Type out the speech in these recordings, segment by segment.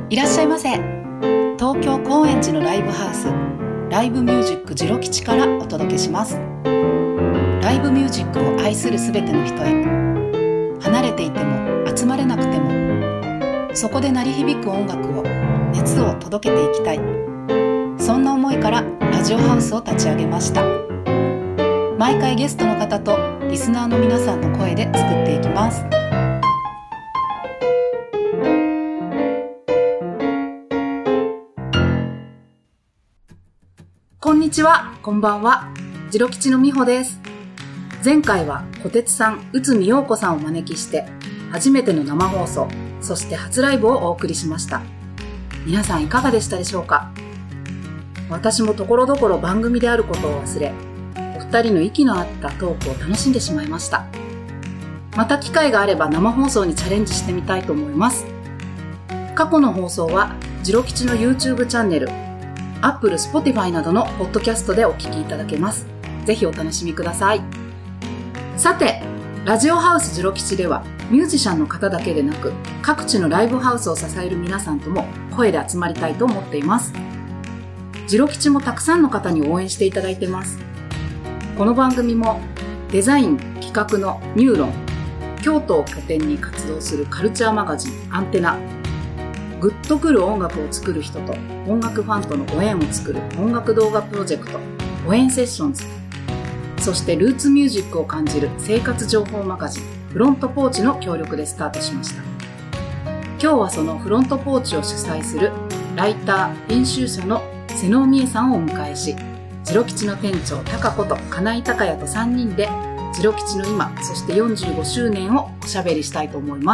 いらっしゃいませ。東京高円寺のライブハウスライブミュージックジロ吉からお届けします。ライブミュージックを愛するすべての人へ、離れていても集まれなくてもそこで鳴り響く音楽を熱を届けていきたい、そんな思いからラジオハウスを立ち上げました。毎回ゲストの方とリスナーの皆さんの声で作っていきます。こんにちは、こんばんは。ジロ吉の美穂です。前回は小鉄さん、内海陽子さんをお招きして初めての生放送、そして初ライブをお送りしました。皆さんいかがでしたでしょうか？私もところどころ番組であることを忘れ、お二人の息の合ったトークを楽しんでしまいました。また機会があれば生放送にチャレンジしてみたいと思います。過去の放送はジロ吉の YouTube チャンネル、Apple、Spotify などのポッドキャストでお聞きいただけます。ぜひお楽しみください。さて、ラジオハウスジロ吉ではミュージシャンの方だけでなく、各地のライブハウスを支える皆さんとも声で集まりたいと思っています。ジロ吉もたくさんの方に応援していただいてます。この番組もデザイン・企画のニューロン、京都を拠点に活動するカルチャーマガジンアンテナ、グッとくる音楽を作る人と音楽ファンとのご縁を作る音楽動画プロジェクトご縁セッションズ、そしてルーツミュージックを感じる生活情報マガジンフロントポーチの協力でスタートしました。今日はそのフロントポーチを主催するライター編集者の瀬能美恵さんをお迎えし、ジロ吉の店長高子と金井孝也と3人でジロ吉の今、そして45周年をおしゃべりしたいと思います。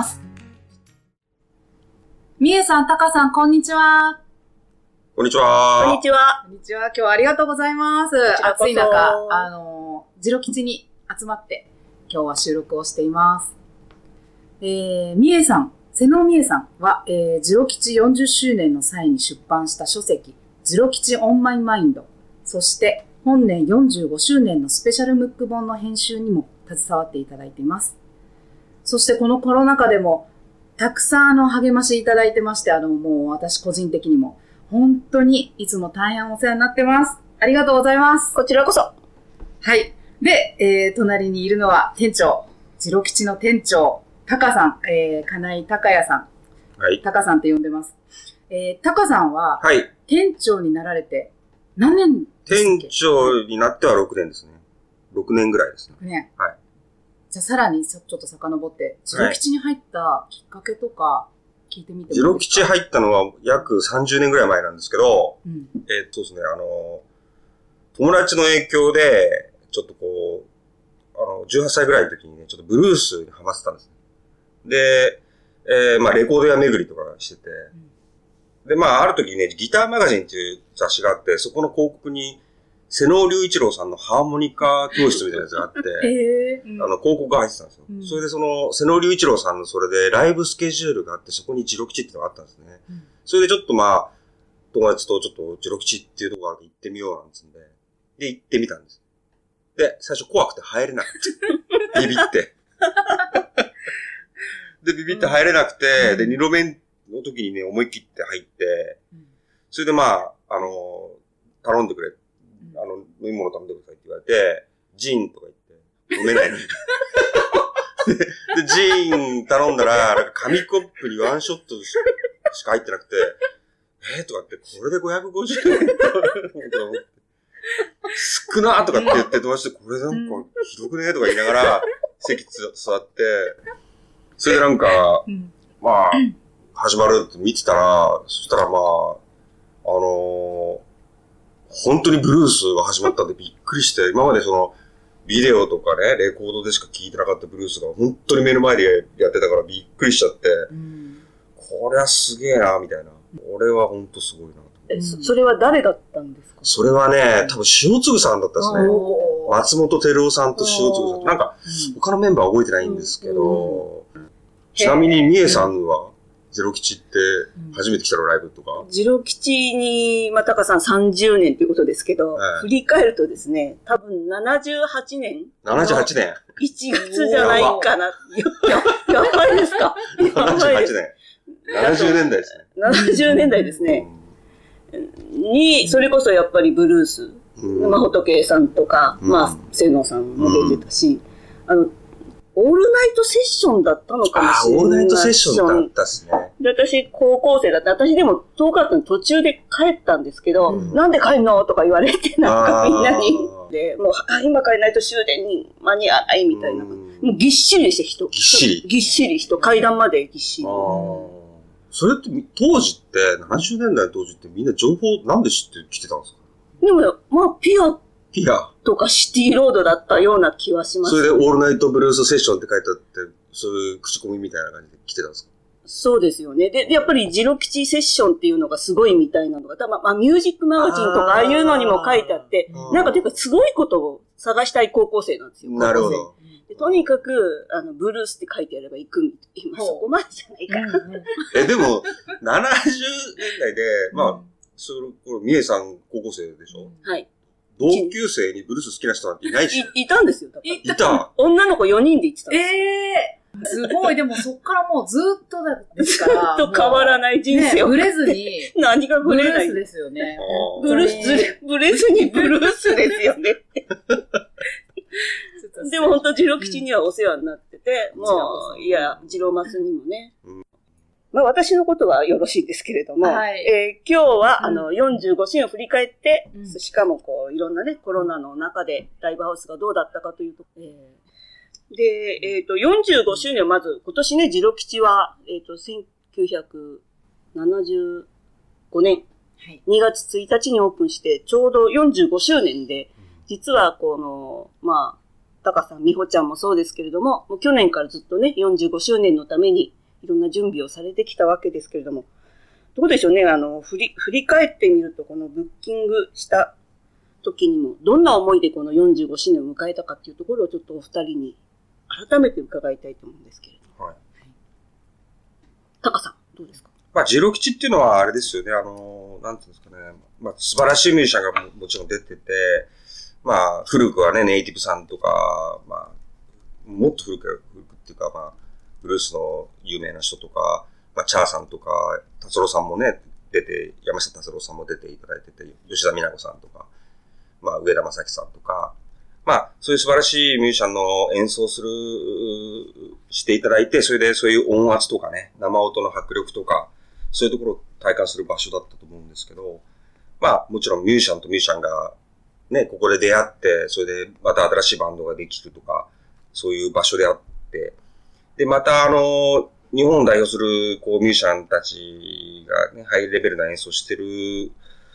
みえさん、たかさん、こんにちは。 こんにちは。 こんにちは。 こんにちは。今日はありがとうございます。暑い中、ジロ吉に集まって、今日は収録をしています。みえさん、瀬能みえさんは、ジロ吉40周年の際に出版した書籍、ジロ吉オンマイマインド、そして本年45周年のスペシャルムック本の編集にも携わっていただいています。そしてこのコロナ禍でも、たくさん励ましいただいてまして、もう私個人的にも、本当にいつも大変お世話になってます。ありがとうございます。 こちらこそ。 はい。で、隣にいるのは店長、ジロ吉の店長、タカさん、金井孝也さん。 はい。 タカさんって呼んでます。タカさんは、 はい。 店長になられて何年ですっけ？ 店長になっては6年ですね。6年ぐらいですね。 6年。 はい。 じゃあさらにちょっと遡って、ジロ吉に入ったきっかけとか聞いてみてもいいですか？ ジロ吉入ったのは約30年ぐらい前なんですけど、そうですね、友達の影響で、ちょっと18歳ぐらいの時にね、ちょっとブルースにハマってたんです。で、レコード屋巡りとかしてて、で、ある時にね、ギターマガジンっていう雑誌があって、そこの広告に、瀬能隆一郎さんのハーモニカ教室みたいなやつがあって、広告が入ってたんですよ。それで瀬能隆一郎さんのそれでライブスケジュールがあって、そこにジロ吉っていうのがあったんですね。それでちょっと友達とちょっとジロ吉っていうところがあって行ってみようなんつんで、で、行ってみたんです。で、最初怖くて入れなくて。ビビって。で、ビビって入れなくて、で、2度目の時にね、思い切って入って、それで頼んでくれ。飲み物頼んでくださいって言われて、ジンとか言って、飲めないのに。で、ジン頼んだら、なんか紙コップにワンショットしか入ってなくて、とかって、これで550円とか思って、少なとかって言って友達で、これなんかひどくねとか言いながら、席座って、それで始まるって見てたら、そしたら本当にブルースが始まったんでびっくりして、今までビデオとかね、レコードでしか聴いてなかったブルースが本当に目の前でやってたからびっくりしちゃって、これはすげえな、みたいな。俺は本当すごいなと。 それは誰だったんですか？ それはね、多分塩粒さんだったですね。松本照夫さんと塩粒さん。なんか、他のメンバーは覚えてないんですけど、ちなみにみえさんは、ジロ吉って初めて来たのライブとか？ ジロ吉に、タカさん30年ということですけど、振り返るとですね、多分78年 ?78 年。 1月じゃないかな。やばいですか？ 78年。 70年代ですね。 70年代ですね。に、それこそやっぱりブルース、仏さんとか、清野さんも出てたし、オールナイトセッションだったのかもしれない。 オールナイトセッションだったっすね。 で、私、高校生だった。私でも遠かったの途中で帰ったんですけど、なんで帰んのとか言われて、なんかみんなに。で、もう、今帰らないと終電に間に合わないみたいな。もうぎっしりでした、人。 ぎっしりぎっしり人。階段までぎっしり。 それって当時って、70年代当時ってみんな情報なんで知って来てたんですか？ でも、ピアとかシティロードだったような気はします。 それでオールナイトブルースセッションって書いてあって、そういう口コミみたいな感じで来てたんですか？ そうですよね。で、やっぱりジロ吉セッションっていうのがすごいみたいなのが、ミュージックマガジンとかああいうのにも書いてあって、なんかていうかすごいことを探したい高校生なんですよ。 なるほど。 でとにかく、ブルースって書いてあれば行くみたいな。今そこまでじゃないかな。 でも、70年代で、みえさん高校生でしょ？ はい。 同級生にブルース好きな人なんていないし。 いたんですよ。 いた。 女の子4人で行ってたんです。 すごい。でもそっからもうずっとですから。 ずっと変わらない人生を。 ブレずに。 何がブレない？ ブルースですよね。 ブレずにブルースですよね。でも本当、ジロ吉にはお世話になってて、もう、いや、ジロマスにもね。私のことはよろしいんですけれども、今日は、45周年を振り返って、しかもいろんなね、コロナの中でライブハウスがどうだったかというと、で、45周年はまず、今年ね、ジロ吉は、1975年、2月1日にオープンして、ちょうど45周年で、実はタカさん、美穂ちゃんもそうですけれども、去年からずっとね、45周年のためにいろんな準備をされてきたわけですけれども、どうでしょうね、振り返ってみると、このブッキングした時にも、どんな思いでこの45周年を迎えたかっていうところをちょっとお二人に改めて伺いたいと思うんですけれども。タカさん、どうですか？ ジロ吉っていうのはあれですよね、なんていうんですかね、素晴らしいミュージシャンがもちろん出てて、古くはね、ネイティブさんとか、もっと古くっていうか、ブルースの有名な人とか、チャーさんとか、達郎さんもね、出て、山下達郎さんも出ていただいてて、吉田美奈子さんとか、上田正樹さんとか、そういう素晴らしいミュージシャンの演奏していただいて、それでそういう音圧とかね、生音の迫力とか、そういうところを体感する場所だったと思うんですけど、もちろんミュージシャンとミュージシャンが、ね、ここで出会って、それでまた新しいバンドができるとか、そういう場所であって、で、また日本を代表する、ミュージシャンたちがね、ハイレベルな演奏してる、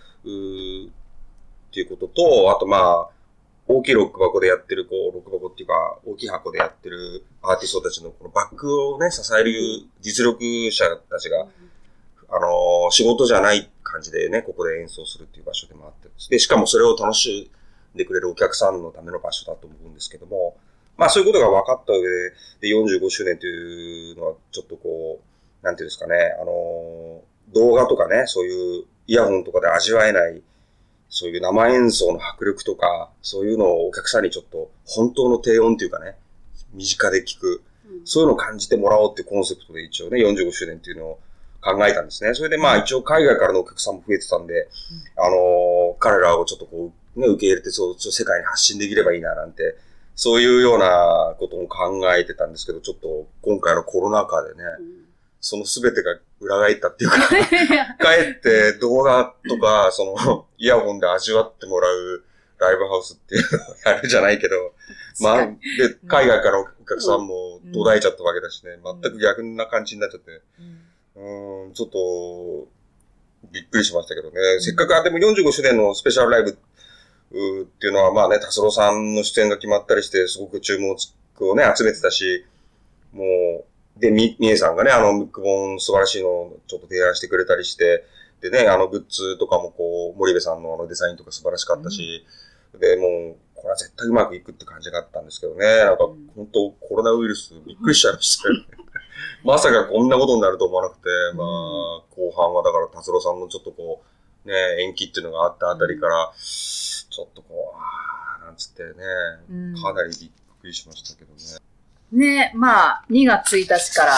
っていうことと、あと大きいロック箱でやってる、ロック箱っていうか、大きい箱でやってるアーティストたちのこのバックをね、支える実力者たちが、仕事じゃない感じでね、ここで演奏するっていう場所でもあって、で、しかもそれを楽しんでくれるお客さんのための場所だと思うんですけども、そういうことが分かった上で、45周年というのは、ちょっとなんていうんですかね、動画とかね、そういうイヤホンとかで味わえない、そういう生演奏の迫力とか、そういうのをお客さんにちょっと本当の低音っていうかね、身近で聞く、そういうのを感じてもらおうっていうコンセプトで一応ね、45周年っていうのを考えたんですね。それで一応海外からのお客さんも増えてたんで、彼らをちょっと受け入れて世界に発信できればいいななんて、そういうようなことも考えてたんですけど、ちょっと今回のコロナ禍でね、その全てが裏返ったっていうか、かえって動画とか、イヤホンで味わってもらうライブハウスっていうのをやるじゃないけど、で、海外からのお客さんも途絶えちゃったわけだしね、全く逆な感じになっちゃって、ちょっと、びっくりしましたけどね。せっかく、でも45周年のスペシャルライブっていうのは達郎さんの出演が決まったりして、すごく注目をね、集めてたし、もう、で、みえさんがね、ムック本素晴らしいのをちょっと提案してくれたりして、でね、グッズとかも森部さんのデザインとか素晴らしかったし、で、もう、これは絶対うまくいくって感じがあったんですけどね、本当コロナウイルスびっくりしちゃいましたよね。まさかこんなことになると思わなくて、後半はだから達郎さんのちょっと延期っていうのがあったあたりから、ちょっとなんつってね、かなりびっくりしましたけどね。 ね、2月1日から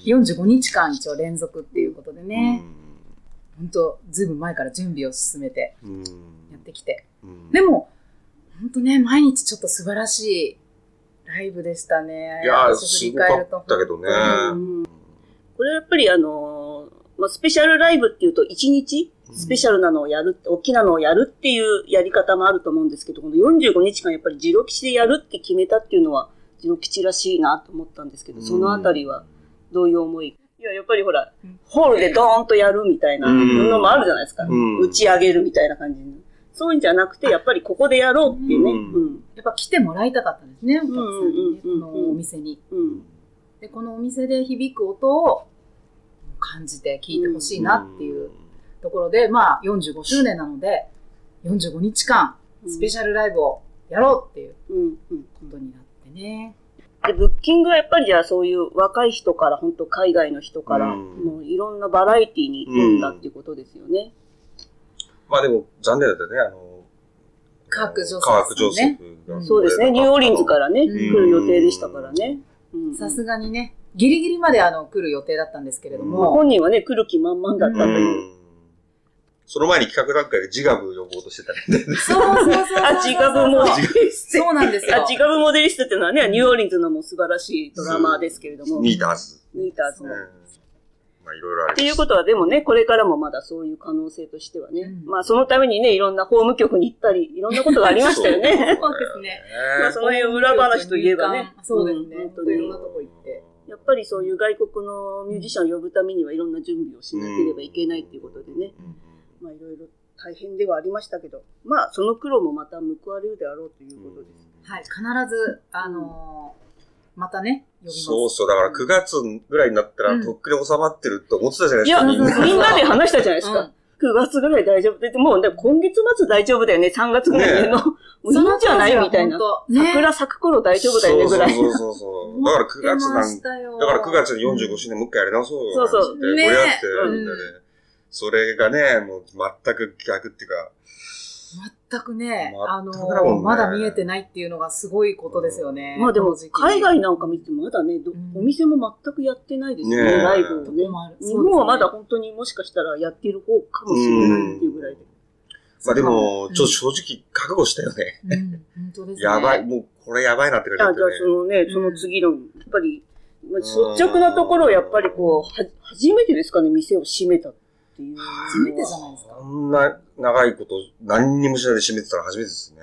45日間一応連続っていうことでね、本当ずいぶん前から準備を進めてやってきて、でも本当ね、毎日ちょっと素晴らしいライブでしたね。 いやー、すごかったけどね。 これやっぱりスペシャルライブっていうと1日スペシャルなのをやる、大きなのをやるっていうやり方もあると思うんですけど、この45日間やっぱりジロ吉でやるって決めたっていうのはジロ吉らしいなと思ったんですけど、そのあたりはどういう思い？いや、やっぱりほら、ホールでドーンとやるみたいなのもあるじゃないですか。打ち上げるみたいな感じに。そういうんじゃなくて、やっぱりここでやろうっていうね。 やっぱ来てもらいたかったですね、お客さんにね、このお店に。で、このお店で響く音を感じて聞いてほしいなっていうところで、まあ45周年なので、45日間スペシャルライブをやろうっていうことになってね。 で、ブッキングはやっぱりじゃあそういう若い人から、本当海外の人から、もういろんなバラエティに富んだっていうことですよね。 まあでも残念だったね、 カーク・ジョセフが。 そうですね、ニューオーリンズからね、来る予定でしたからね。 さすがにね、ギリギリまで来る予定だったんですけれども。 本人はね、来る気満々だったという。 その前に企画段階でジガブ呼ぼうとしてたね。 そう。 ジガブモデリスト。 そうなんですよ。 ジガブモデリストっていうのはね、ニューオーリンズのも素晴らしいドラマーですけれども。 ニーターズ。 まあいろいろある。っていうことはでもね、これからもまだそういう可能性としてはね。まあそのためにね、いろんな法務局に行ったり、いろんなことがありましたよね。 そうですね。 まあその辺裏話といえばね。 そうですね。本当にいろんなとこ行って。 やっぱりそういう外国のミュージシャンを呼ぶためにはいろんな準備をしなければいけないっていうことでね。まあいろいろ大変ではありましたけど、まあその苦労もまた報われるであろうということです。 はい、必ず、またね、呼びます。 そう、だから9月ぐらいになったら、とっくに収まってると思ってたじゃないですか。 いや、みんなで話したじゃないですか。9月ぐらい大丈夫って言って、もうでも今月末大丈夫だよね、3月ぐらいの。いいんじゃないみたいな。桜咲く頃大丈夫だよね、ぐらい。 そう。だから9月だから9月に45周年もう一回やり直そうよ。 そう。 これやって、みんなで。それがね、もう全く逆っていうか。 全くね、まだ見えてないっていうのがすごいことですよね。 まあでも、海外なんか見てもまだね、お店も全くやってないですよね、ライブをね。日本はまだ本当にもしかしたらやっている方かもしれないっていうぐらいで。 まあでも、ちょっと正直覚悟したよね。 本当ですね。 やばい、もうこれやばいなって感じだったね。 じゃあその次の、やっぱり、率直なところをやっぱりこう、初めてですかね、店を閉めた。 初めてじゃないですか。 こんな長いこと何にもしないで閉めてたら初めてですね。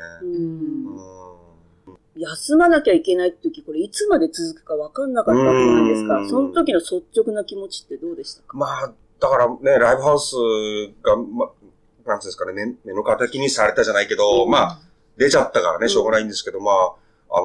休まなきゃいけないって時、これいつまで続くか分かんなかったじゃないですか。その時の率直な気持ちってどうでしたか？ まあ、だからね、ライブハウスが、なんていうんですかね、目の敵にされたじゃないけど、まあ、出ちゃったからね、しょうがないんですけど、まあ、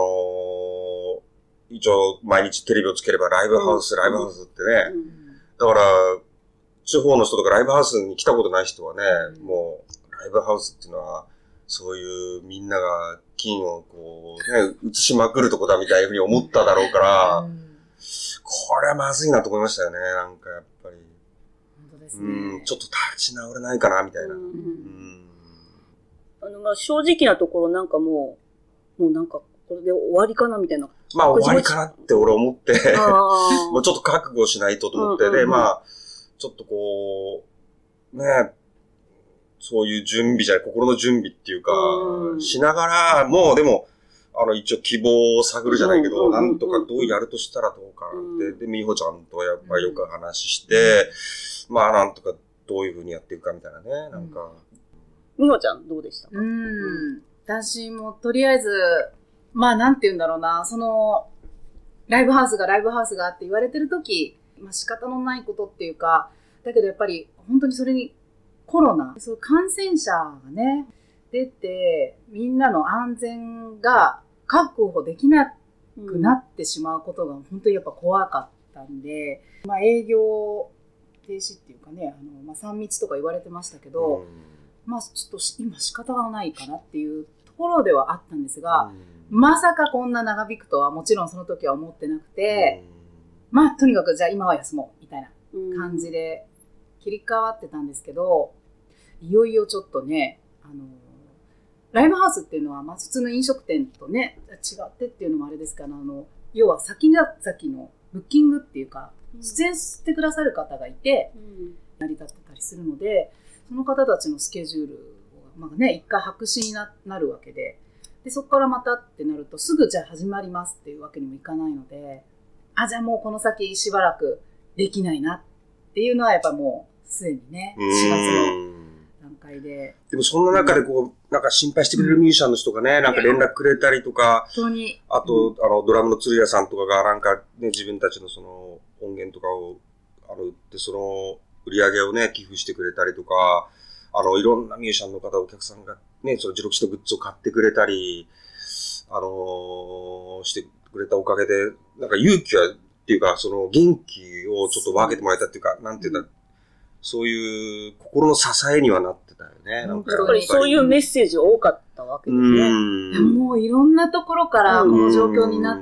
一応毎日テレビをつければライブハウスってね。だから、地方の人とかライブハウスに来たことない人はね、もう、ライブハウスっていうのは、そういうみんなが金をこうね、移しまくるとこだみたいなふうに思っただろうから、これはまずいなと思いましたよね、なんかやっぱり。 本当ですね。 ちょっと立ち直れないかな、みたいな。 まあ正直なところなんかもうなんか、これで終わりかなみたいな。 まあ終わりかなって俺思って、もうちょっと覚悟しないとと思って、で、まあ、ちょっとこう、ね、そういう準備心の準備っていうか、しながら、もうでも、一応希望を探るじゃないけど、なんとかどうやるとしたらどうかなって、で、美穂ちゃんとやっぱりよく話して、まあなんとかどういう風にやっていくかみたいなね、なんか。 美穂ちゃんどうでしたか？ 私もとりあえず、まあなんて言うんだろうな、ライブハウスがって言われてる時、まあ仕方のないことっていうか、だけどやっぱり本当にそれにコロナ、そういう感染者がね、出て、みんなの安全が確保できなくなってしまうことが本当にやっぱ怖かったんで、まあ営業停止っていうかね、まあ3密とか言われてましたけど、まあちょっと今仕方がないかなっていうところではあったんですが、まさかこんな長引くとはもちろんその時は思ってなくて、まあとにかくじゃあ今は休もうみたいな感じで切り替わってたんですけど、いよいよちょっとね、ライブハウスっていうのは、まあ、普通の飲食店とね違ってっていうのもあれですから、要は先々のブッキングっていうか、出演してくださる方がいて、成り立ってたりするので、その方たちのスケジュールを、一回白紙に なるわけで、そこからまたってなると、すぐじゃあ始まりますっていうわけにもいかないので、じゃあもうこの先しばらくできないなっていうのはやっぱもうすでにね、4月の段階で。 でもそんな中でなんか心配してくれるミュージシャンの人がね、なんか連絡くれたりとか、 本当に。 あと、ドラムの鶴屋さんとかがなんかね、自分たちのその音源とかを、で、その売り上げをね、寄付してくれたりとか、いろんなミュージシャンの方、お客さんがね、そのジロ吉のグッズを買ってくれたり、してくれたおかげで、なんか勇気っていうか、その元気をちょっと分けてもらえたっていうか、なんていうんだ、そういう心の支えにはなってたよね。なんかやっぱりそういうメッセージ多かったわけですね。 もういろんなところからこの状況になって、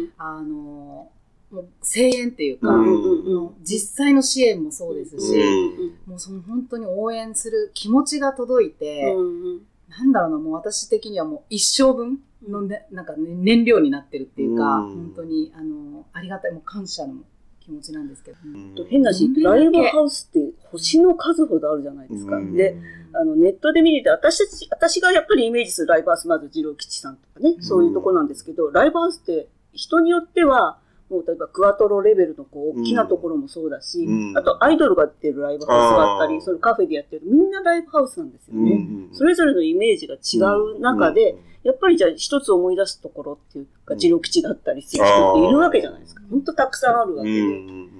もう声援っていうか、実際の支援もそうですし、もうその本当に応援する気持ちが届いて、なんだろうな、もう私的にはもう一生分の、なんか燃料になってるっていうか、本当にありがたい、もう感謝の気持ちなんですけど。 変なし、ライブハウスって星の数ほどあるじゃないですか。で、ネットで見てて、私がやっぱりイメージするライブハウス、まず次郎吉さんとかね、そういうとこなんですけど、ライブハウスって人によっては、もう例えばクワトロレベルの大きなところもそうだし、あとアイドルがやってるライブハウスがあったり、そのカフェでやってる、みんなライブハウスなんですよね。それぞれのイメージが違う中で、やっぱりじゃあ一つ思い出すところっていうか、次郎吉だったりする人っているわけじゃないですか。本当たくさんあるわけで。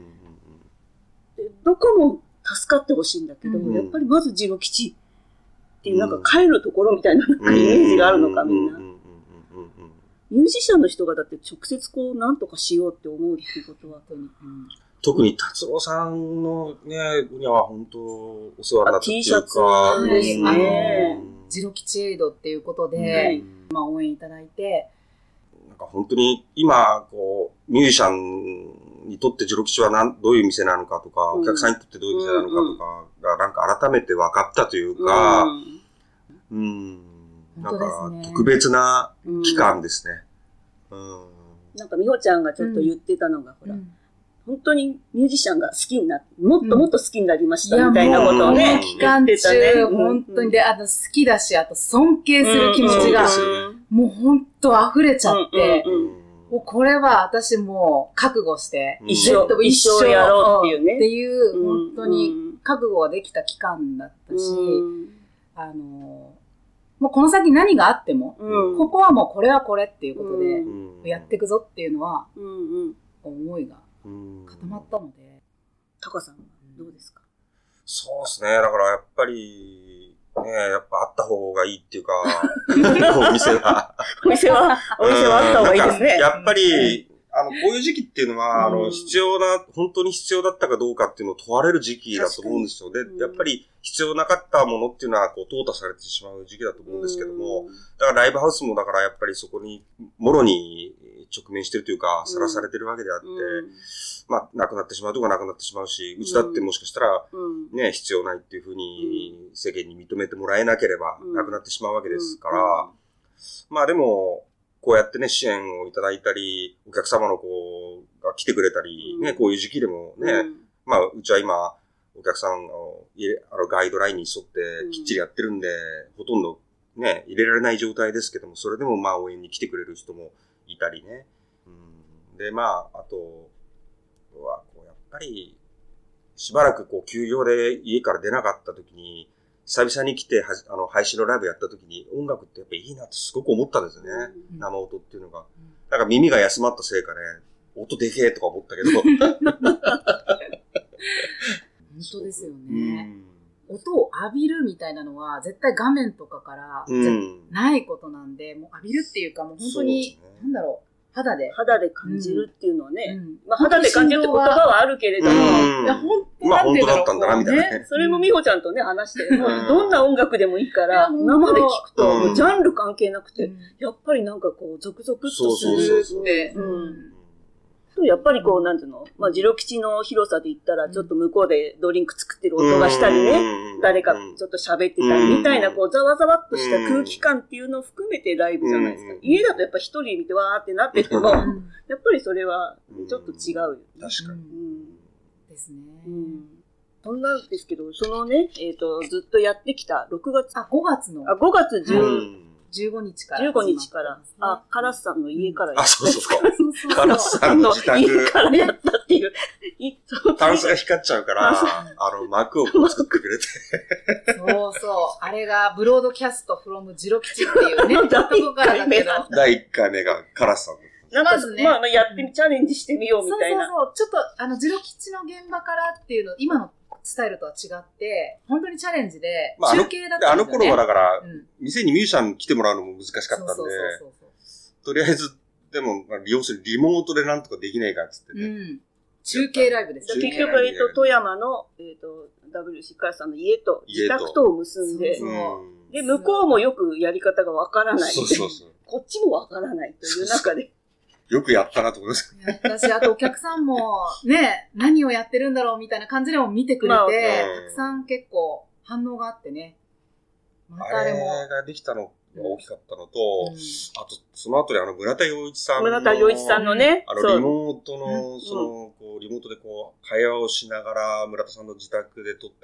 どこも助かってほしいんだけど、やっぱりまず次郎吉っていうなんか帰るところみたいななんかイメージがあるのか、みんな。ミュージシャンの人がだって直接なんとかしようって思うっていうことは、 特に達郎さんのね、には本当お世話になったっていうか。 T シャツですね。 次郎吉エイドっていうことで、応援いただいて。 なんか本当に今、ミュージシャンにとって次郎吉はどういう店なのかとか、お客さんにとってどういう店なのかとかが、なんか改めて分かったというか、なんか特別な期間ですね。 なんか美穂ちゃんがちょっと言ってたのが、ほら、本当にミュージシャンが好きになって、もっともっと好きになりましたみたいなことをね、 期間中、本当にで、好きだし、あと尊敬する気持ちが、もう本当溢れちゃって、もうこれは私も覚悟して、 一生やろうっていうね。 っていう、本当に覚悟ができた期間だったし、もうこの先何があっても、ここはもうこれはこれっていうことで、やっていくぞっていうのは、思いが固まったので。 タカさんはどうですか？ そうですね。だからやっぱり、やっぱあった方がいいっていうか、お店は。 お店はあった方がいいですね。 やっぱり、こういう時期っていうのは、本当に必要だったかどうかっていうのを問われる時期だと思うんですよ。で、やっぱり必要なかったものっていうのは、淘汰されてしまう時期だと思うんですけども、だからライブハウスもだからやっぱりそこに、もろに直面してるというか、さらされてるわけであって、なくなってしまうとかなくなってしまうし、うちだってもしかしたら、ね、必要ないっていうふうに世間に認めてもらえなければ、なくなってしまうわけですから、でも、こうやってね、支援をいただいたり、お客様のが来てくれたり、ね、こういう時期でもね、うちは今、お客さんのガイドラインに沿ってきっちりやってるんで、ほとんどね、入れられない状態ですけども、それでも応援に来てくれる人もいたりね。で、あとは、やっぱり、しばらく休業で家から出なかった時に、久々に来て、配信のライブやった時に、音楽ってやっぱりいいなってすごく思ったんですよね。生音っていうのが。なんか耳が休まったせいかね、音でけえとか思ったけど。 本当ですよね。音を浴びるみたいなのは、絶対画面とかからないことなんで、もう浴びるっていうか、もう本当に、なんだろう。肌で感じるっていうのはね、肌で感じるって言葉はあるけれども、 いや、本当だったんだな、みたいなね。 それも美穂ちゃんとね、話して、どんな音楽でもいいから、生で聞くと、ジャンル関係なくて、やっぱりなんかゾクゾクっとするって。 やっぱりこう、なんていうの、まあ、ジロ吉の広さで言ったら、ちょっと向こうでドリンク作ってる音がしたりね、誰かちょっと喋ってたりみたいな、こう、ざわざわっとした空気感っていうのを含めてライブじゃないですか。家だとやっぱ一人見てわーってなってても、やっぱりそれはちょっと違うよ。 確かに。 ですね。 そんなんですけど、そのね、ずっとやってきた6月。 5月の。 5月 15日から。 15日から。カラスさんの家からやった。そうそう。カラスさんの自宅。 家からやったっていう。 タンスが光っちゃうから、幕を作ってくれて。 そうそう。あれが、ブロードキャストフロムジロ吉っていうね、とこからだけど。 第1回目がカラスさん。 まずね。まあ、やってみ、チャレンジしてみようみたいな。 そう。ちょっと、ジロ吉の現場からっていうの、今のスタイルとは違って、本当にチャレンジで、中継だったんですよね。 あの頃はだから、店にミュージシャン来てもらうのも難しかったんで、とりあえず、でも、要するにリモートでなんとかできないかっつってね。 中継ライブですね。結局、富山の、WC カラスさんの家と自宅とを結んで、で、向こうもよくやり方がわからない。こっちもわからないという中で。 よくやったなと思います。 私、あとお客さんも、ね、何をやってるんだろうみたいな感じでも見てくれて、たくさん結構反応があってね。 またあれができたのが大きかったのと、あと、その後で村田洋一さんの。 村田洋一さんのね。 リモートの、リモートで会話をしながら、村田さんの自宅で撮った、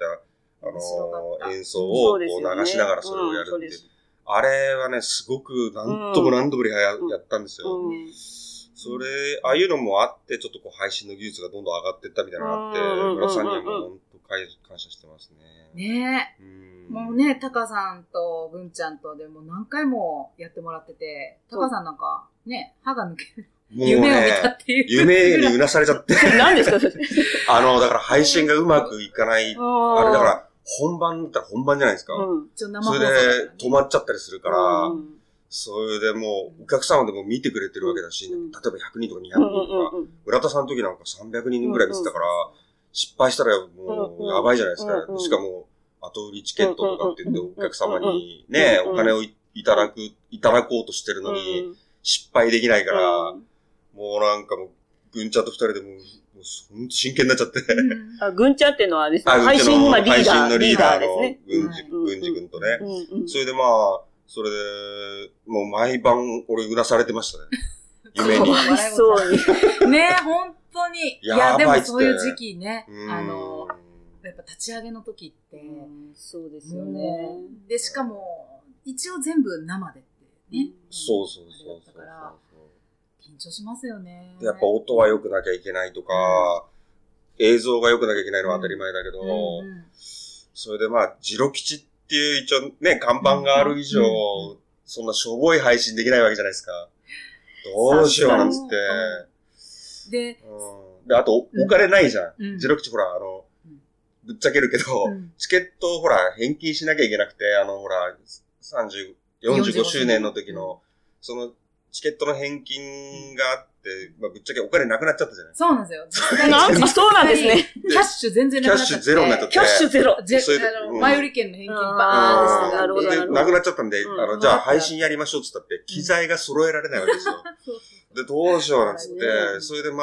演奏を流しながらそれをやるっていう。あれはね、すごく何度も何度もやったんですよ。それ、ああいうのもあって、ちょっと配信の技術がどんどん上がっていったみたいなのがあって、村さんにはもう本当感謝してますね。 ねえ。もうね、タカさんと文ちゃんとでも何回もやってもらってて、タカさんなんかね、歯が抜ける。夢を見たっていう。 夢にうなされちゃって。 何ですかそれ。 だから配信がうまくいかない。あれだから、本番だったら本番じゃないですか。それで止まっちゃったりするから、それでもう、お客様でも見てくれてるわけだし、例えば100人とか200人とか、村田さんの時なんか300人ぐらい見てたから、失敗したらもうやばいじゃないですか。しかも、後売りチケットとかって言ってお客様にね、お金をいただこうとしてるのに、失敗できないから、もうなんかもう、ぐんちゃんと二人でもうほんと真剣になっちゃって。 ぐんちゃんっていうのはですね、配信のリーダーの軍事君とね。それでそれで、もう毎晩俺うなされてましたね。夢に。 そうに。 ね、本当に。いや、でもそういう時期ね、やっぱ立ち上げの時って、 そうですよね。 で、しかも、一応全部生でってね。 そう。 だから、緊張しますよね。 やっぱ音は良くなきゃいけないとか、映像が良くなきゃいけないのは当たり前だけど、それでジロ吉っていう一応ね、看板がある以上、そんなしょぼい配信できないわけじゃないですか。どうしようなんつって。で、あと、お金ないじゃん。ジロ吉ほら、ぶっちゃけるけど、チケットをほら、返金しなきゃいけなくて、ほら、45周年の時の、その、チケットの返金があって、ぶっちゃけお金なくなっちゃったじゃない。 そうなんですよ。 そうなんですね。 キャッシュ全然なくなっちゃって。 キャッシュゼロになっちゃって。 キャッシュゼロ。 前売り券の返金バーンってなるほど。 で、なくなっちゃったんで、じゃあ配信やりましょうって言ったって、機材が揃えられないわけですよ。で、どうしようなんつって、それで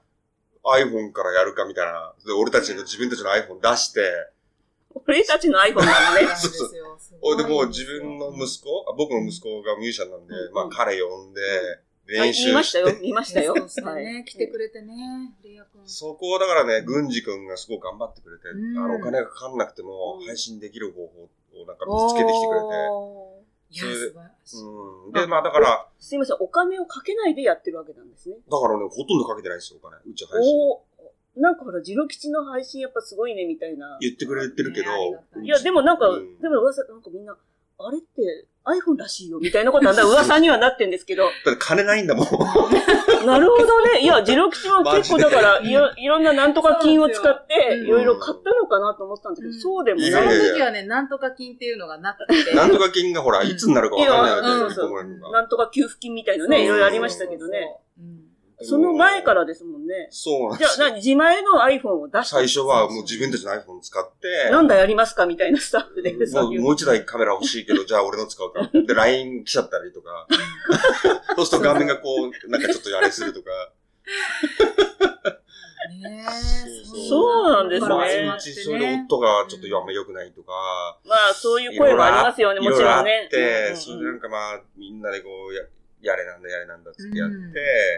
iPhone からやるかみたいな。で、俺たちの自分たちの iPhone 出して、 俺たちの iPhone なのね。 そうそう。でもう自分の息子、僕の息子がミュージシャンなんで、彼呼んで、練習して。 見ましたよ。 そうですね。来てくれてね、レイヤ君。 そこをだからね、軍事君がすごく頑張ってくれて、お金がかかんなくても、配信できる方法をなんか見つけてきてくれて。 素晴らしい。 で、だから。 すいません、お金をかけないでやってるわけなんですね。 だからね、ほとんどかけてないですよ、お金。うち配信。 なんかほら、ジロ吉の配信やっぱすごいね、みたいな。 言ってくれてるけど。 いや、でもなんか、でも噂、なんかみんな、あれって iPhone らしいよ、みたいなことは噂にはなってんですけど。 だって金ないんだもん。 なるほどね。いや、ジロ吉は結構だから、いろんななんとか金を使って、いろいろ買ったのかなと思ったんですけど、そうでもない。 その時はね、なんとか金っていうのがなくて。 なんとか金がほら、いつになるかわかんないわけですよ。 なんとか給付金みたいなね、いろいろありましたけどね。その前からですもんね。 そうなんですよ。じゃあ、自前の iPhone を出して。 最初はもう自分たちの iPhone を使って。 なんだやりますかみたいなスタッフで。 もう一台カメラ欲しいけど、じゃあ俺の使うか。で、LINE 来ちゃったりとか。そうすると画面がなんかちょっとあれするとか。 ねそうなんですね。 まあ、うちそれで夫がちょっとあんま良くないとか。 まあ、そういう声もありますよね、もちろんね。 いろいろあって、それでなんかまあ、みんなでこう、やれなんだつってやって、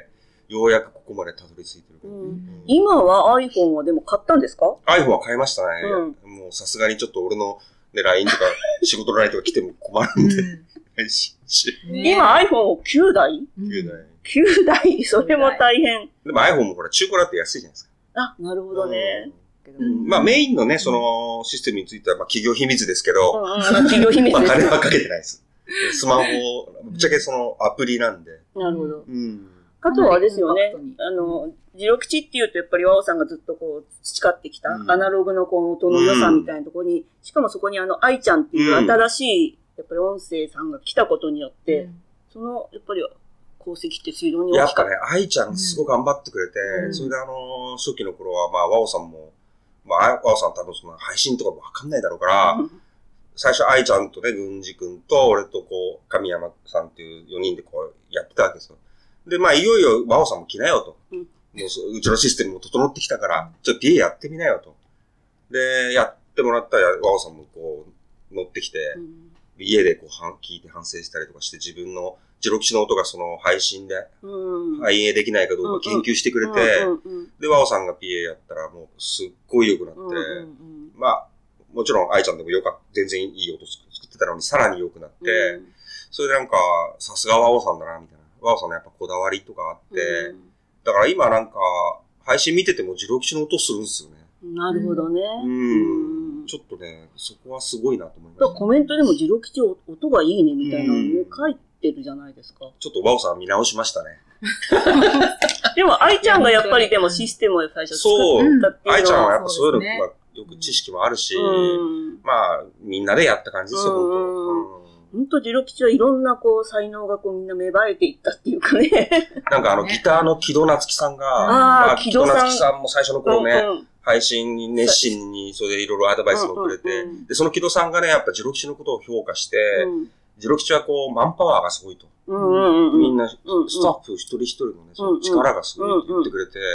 ようやくここまでたどり着いてる。 今は iPhone はでも買ったんですか？ iPhone は買いましたね。もうさすがにちょっと俺のね、LINE とか仕事の LINE とか来ても困るんで。 今 iPhone を9台 ?9 台。 9台それも大変。 でも iPhone もほら中古だって安いじゃないですか。 あ、なるほどね。 まあメインのね、そのシステムについてはまあ企業秘密ですけど、 企業秘密です。 まあ金はかけてないです。スマホ、ぶっちゃけそのアプリなんで。 なるほど。あとはあれですよね。ジロ吉っていうとやっぱりワオさんがずっとこう培ってきたアナログのこの音の良さみたいなところに、しかもそこに愛ちゃんっていう新しいやっぱり音声さんが来たことによって、そのやっぱり功績って非常に大きかった。 やっぱね、愛ちゃんすごく頑張ってくれて、それで初期の頃はまあワオさんも、まあワオさん多分その配信とかもわかんないだろうから、最初愛ちゃんとね、軍司君と俺とこう、神山さんっていう4人でこうやってたわけですよ。で、まあいよいよワオさんも来なよと。もううちのシステムも整ってきたから、ちょっと PA やってみなよと。で、やってもらったらワオさんもこう乗ってきて、家でこう聞いて反省したりとかして自分のジロ吉の音がその配信で反映できないかどうか研究してくれて、で、ワオさんが PA やったらもうすっごい良くなって、まあ、もちろん愛ちゃんでも全然いい音作ってたのにさらに良くなって、それでなんか、さすがワオさんだな、みたいな。ワオさんのやっぱこだわりとかあって、だから今なんか、配信見ててもジロ吉の音するんですよね。 なるほどね。 ちょっとね、そこはすごいなと思います、 コメントでもジロ吉音がいいねみたいなのね、書いてるじゃないですか。 ちょっとワオさん見直しましたね。 でも、愛ちゃんがやっぱりでもシステムを最初作ったっていうのは。 愛ちゃんはやっぱそういうの、まあ、よく知識もあるし、まあ、みんなでやった感じですよ、 本当ジロ吉はいろんなこう才能がこうみんな芽生えていったっていうかね。 なんかギターの木戸夏樹さんが、木戸夏樹さんも最初の頃ね、配信に熱心にそれでいろいろアドバイスもくれて、で、その木戸さんがね、やっぱジロ吉のことを評価して、ジロ吉はこう、マンパワーがすごいと。みんな、スタッフ一人一人のね、その力がすごいって言ってくれて、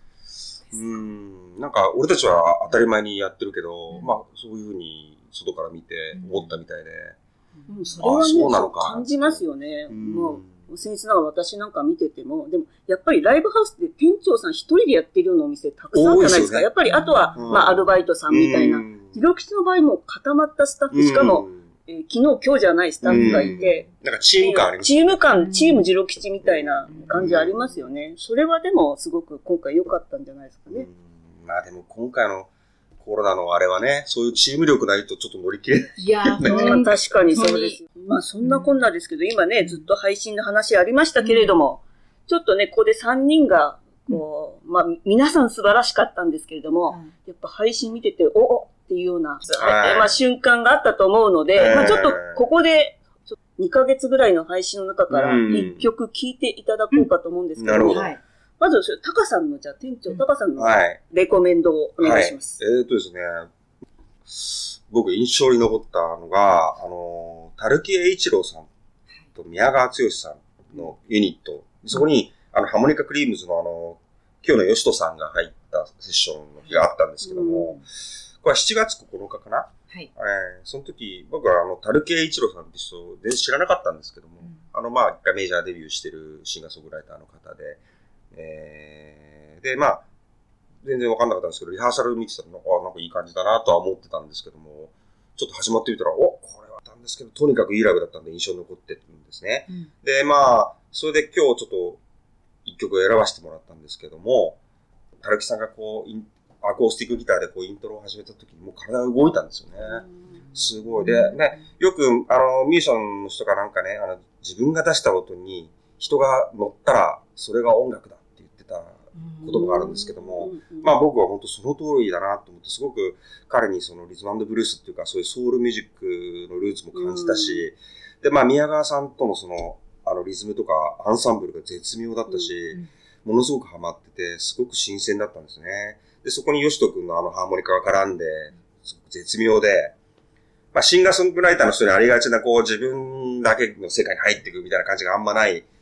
なんか俺たちは当たり前にやってるけど、まあそういうふうに外から見て思ったみたいで、 それはね、そう感じますよね。もう、僭越ながら私なんか見てても、でも、やっぱりライブハウスで店長さん一人でやってるようなお店たくさんあるじゃないですか。やっぱり、あとは、まあ、アルバイトさんみたいな。ジロ吉の場合も固まったスタッフ、しかも、昨日、今日じゃないスタッフがいて、 なんかチーム感ありますね。チームジロ吉みたいな感じありますよね。それはでも、すごく今回良かったんじゃないですかね。 まあでも今回の、コロナのあれはね、そういうチーム力ないとちょっと乗り切れない。 いやー、確かにそうです。まあそんなこんなですけど、今ね、ずっと配信の話ありましたけれども、ちょっとね、ここで3人が、こう、まあ皆さん素晴らしかったんですけれども、やっぱ配信見てて、おっていうような、まあ瞬間があったと思うので、まあちょっとここで、2ヶ月ぐらいの配信の中から1曲聴いていただこうかと思うんですけども、まず、タカさんの、じゃあ店長、タカさんのレコメンドをお願いします。 ですね、僕印象に残ったのが、樽木栄一郎さんと宮川剛さんのユニット、そこに、ハモニカクリームズの今日の吉人さんが入ったセッションの日があったんですけども、これは7月9日かな。その時、僕は樽木栄一郎さんって人、全然知らなかったんですけども、まあ、一回メジャーデビューしてるシンガーソングライターの方で、で、まあ、全然わかんなかったんですけど、リハーサル見てたら、なんかいい感じだなとは思ってたんですけども、ちょっと始まってみたら、これはあったんですけど、とにかくいいライブだったんで印象に残ってるんですね。で、まあ、それで今日ちょっと一曲選ばせてもらったんですけども、樽木さんがこう、アコースティックギターでこうイントロを始めた時にもう体が動いたんですよね。すごい。で、ね、よく、ミュージシャンの人がなんかね、自分が出した音に人が乗ったら、それが音楽だって言ってた言葉があるんですけども、まあ僕は本当その通りだなと思って、すごく彼にそのリズム&ブルースっていうか、そういうソウルミュージックのルーツも感じたし、で、まあ宮川さんとのその、リズムとかアンサンブルが絶妙だったし、ものすごくハマってて、すごく新鮮だったんですね。で、そこに吉人くんのハーモニカが絡んで、すごく絶妙で、まあシンガーソングライターの人にありがちなこう自分だけの世界に入っていくみたいな感じがあんまない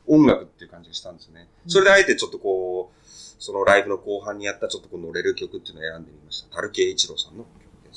音楽っていう感じがしたんですよね。それであえてちょっとこう、そのライブの後半にやったちょっとこう乗れる曲っていうのを選んでみました。樽慶一郎さんの曲です。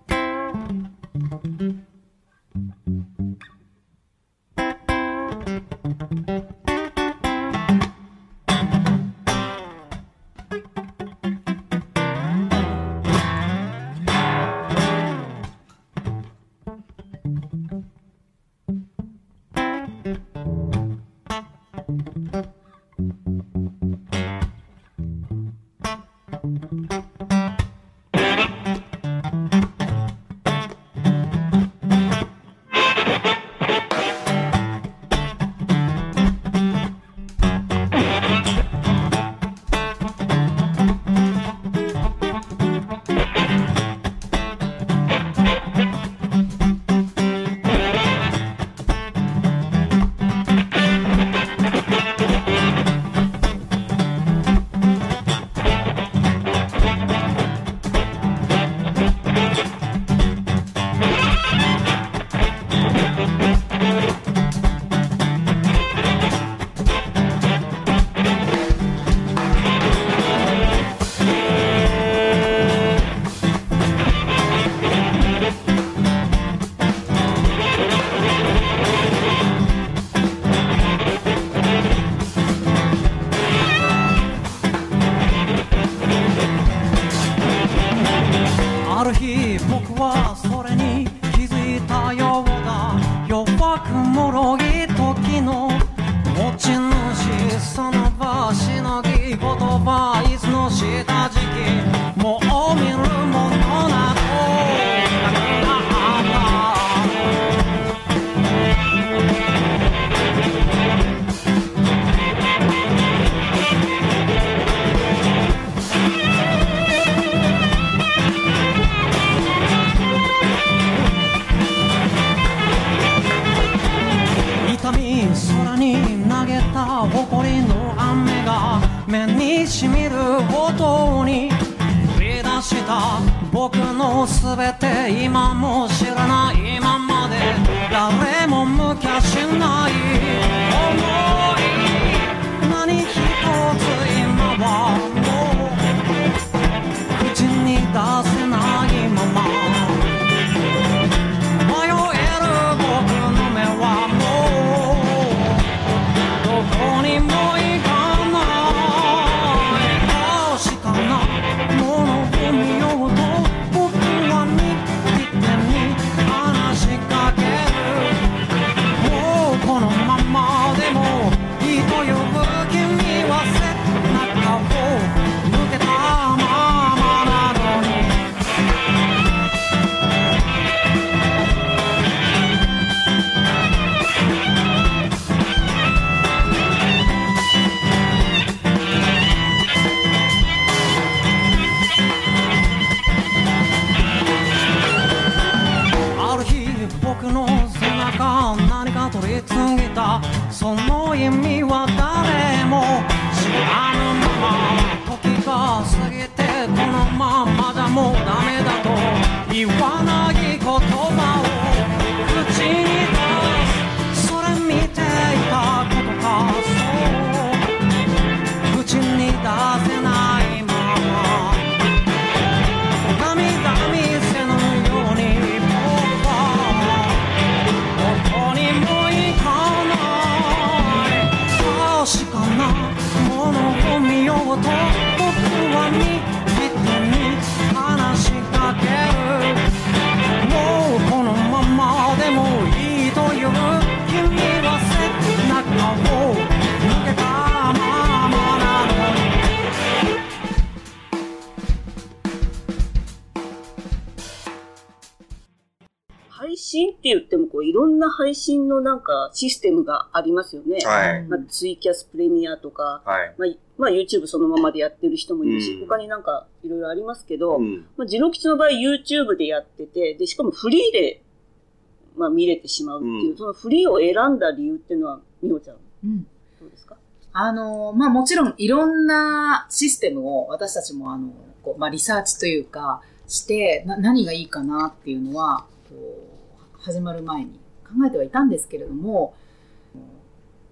配信って言ってもこういろんな配信のなんかシステムがありますよね。 はい。 まあ、ツイキャスプレミアとか、 はい。 まあ YouTube そのままでやってる人もいるし、他になんかいろいろありますけど、まあ、ジロ吉の場合 YouTube でやってて、で、しかもフリーで、まあ見れてしまうっていう、そのフリーを選んだ理由っていうのは、みほちゃん、どうですか？ まあもちろんいろんなシステムを私たちもこうまあリサーチというかして、何がいいかなっていうのは、こう始まる前に考えてはいたんですけれども、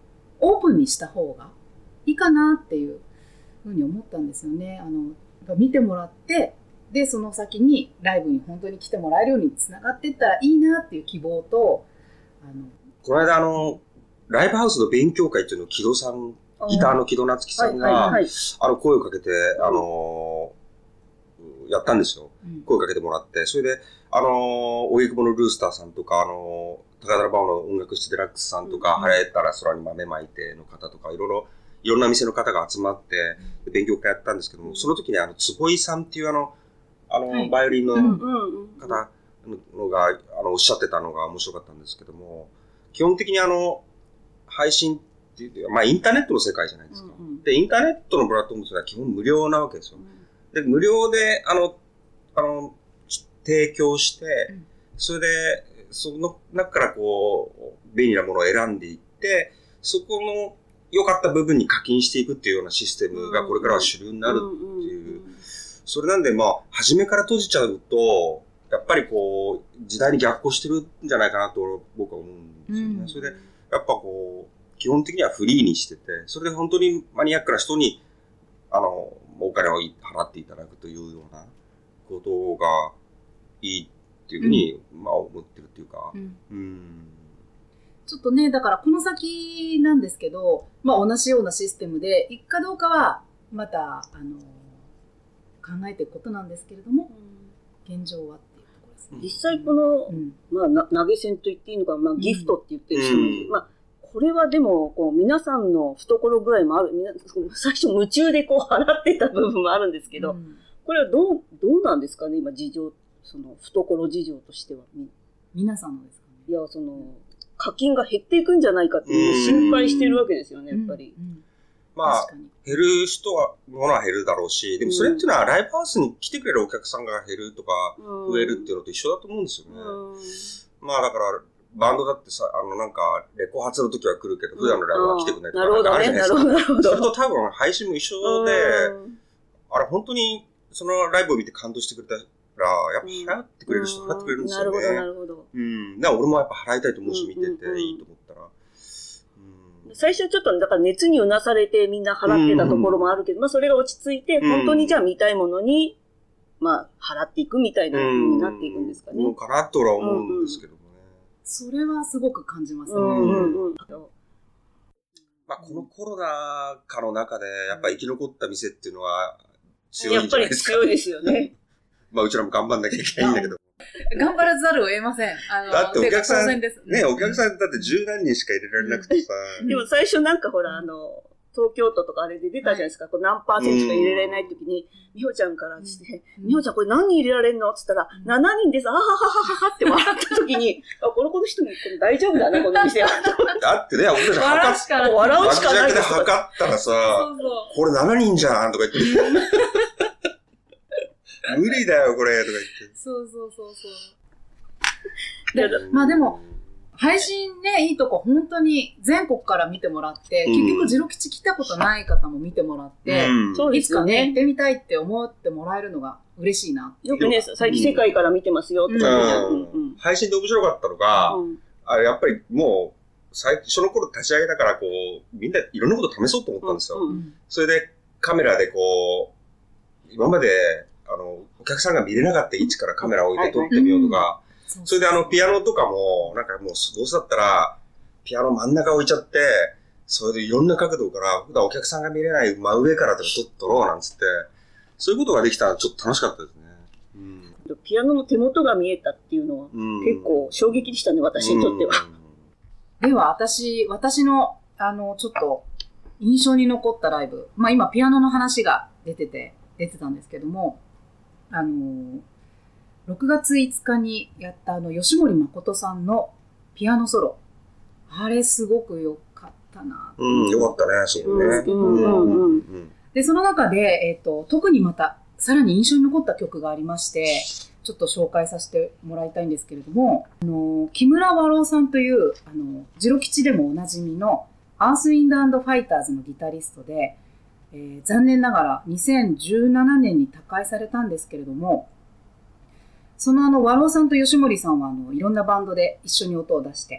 オープンにした方がいいかなっていうふうに思ったんですよね。見てもらって、でその先にライブに本当に来てもらえるようにつながっていったらいいなっていう希望と、 この間ライブハウスの勉強会っていうのを木戸さん、ギターの木戸夏樹さんが、声をかけて、やったんですよ。声をかけてもらって。それで、荻窪のルースターさんとか、高田馬場の音楽室デラックスさんとか、晴れたら空に豆まいての方とか、いろんな店の方が集まって、勉強会やったんですけども、その時に坪井さんっていうバイオリンの方のが、おっしゃってたのが面白かったんですけども、基本的に配信っていう、インターネットの世界じゃないですか。で、インターネットのプラットフォームというのは基本無料なわけですよ。で、無料で、提供して、それで、その中から便利なものを選んでいって、そこの良かった部分に課金していくっていうようなシステムがこれからは主流になるっていう。それなんで、初めから閉じちゃうと、やっぱり時代に逆行してるんじゃないかなと僕は思うんですよね。それで、やっぱ基本的にはフリーにしてて、それで本当にマニアックな人に、お金を払っていただくというようなことがいいっていうふうに、思ってるっていうか、 ちょっとね、だからこの先なんですけど、同じようなシステムでいくかどうかはまた考えていくことなんですけれども、現状はっていうところですね。 実際この、投げ銭と言っていいのか、ギフトって言ってる人もいる。これはでも皆さんの懐具合もある、最初夢中で払ってた部分もあるんですけど、これはどうなんですかね、今事情、その懐事情としては。 皆さんのですかね。 いや、課金が減っていくんじゃないかっていう心配してるわけですよね、やっぱり。 減る人は、ものは減るだろうし、でもそれっていうのはライブハウスに来てくれるお客さんが減るとか、増えるっていうのと一緒だと思うんですよね。だから、バンドだってさ、レコ発の時は来るけど、普段のライブは来てくれないとかあるじゃないですか。なるほど。それと多分配信も一緒で、本当にそのライブを見て感動してくれたら、やっぱ払ってくれる人払ってくれるんですよね。 なるほど。 だから俺もやっぱ払いたいと思うし、見てていいと思ったら。 最初ちょっと、だから熱にうなされてみんな払ってたところもあるけど、それが落ち着いて、本当にじゃあ見たいものに、払っていくみたいな風になっていくんですかね。 かなとは思うんですけどもね。 それはすごく感じますね。 このコロナ禍の中で、やっぱ生き残った店っていうのは強いんじゃないですか。 やっぱり強いですよね。 うちらも頑張んなきゃいけないんだけど。 頑張らざるを得ません。 だってお客さん、お客さんだって十何人しか入れられなくてさ。 でも最初ほら、東京都とかあれで出たじゃないですか。何%しか入れられないときに、みほちゃんからして、みほちゃんこれ何人入れられんのって言ったら、7人です。あははははって笑ったときに、この人に大丈夫だな、この店は。 だってね、俺たち笑うしかない。で測ったらさ、これ7人じゃんとか言って。無理だよ、これとか言って。 そう。でも、配信ね、いいとこ本当に全国から見てもらって、結局ジロ吉来たことない方も見てもらって、いつかね、行ってみたいって思ってもらえるのが嬉しいな。 よくね、最近世界から見てますよとか。 配信で面白かったのが、やっぱりもう、最初の頃立ち上げだからみんないろんなこと試そうと思ったんですよ。それでカメラで今まで、お客さんが見れなかった位置からカメラを置いて撮ってみようとか、それでピアノとかも、もうどうせだったら、ピアノ真ん中置いちゃって、それでいろんな角度から、普段お客さんが見れない真上からとか撮ろうなんつって、そういうことができたらちょっと楽しかったですね。 ピアノの手元が見えたっていうのは、結構衝撃でしたね、私にとっては。 では、私の、ちょっと、印象に残ったライブ。今、ピアノの話が出てたんですけども、6月5日にやった吉森誠さんのピアノソロ。あれすごく良かったな。 良かったね、そうね。 で、その中で、特にまた、さらに印象に残った曲がありまして、ちょっと紹介させてもらいたいんですけれども、木村和郎さんという、ジロ吉でもおなじみの、アース・ウィンド・アンド・ファイターズのギタリストで、残念ながら2017年に他界されたんですけれども、その和郎さんと吉森さんはいろんなバンドで一緒に音を出して、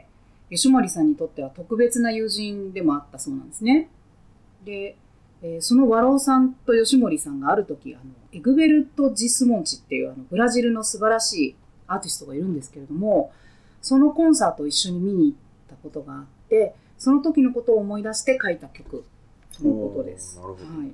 吉森さんにとっては特別な友人でもあったそうなんですね。で、その和郎さんと吉森さんがある時、エグベルト・ジスモンチっていうブラジルの素晴らしいアーティストがいるんですけれども、そのコンサートを一緒に見に行ったことがあって、その時のことを思い出して書いた曲とのことです。 なるほど。 はい、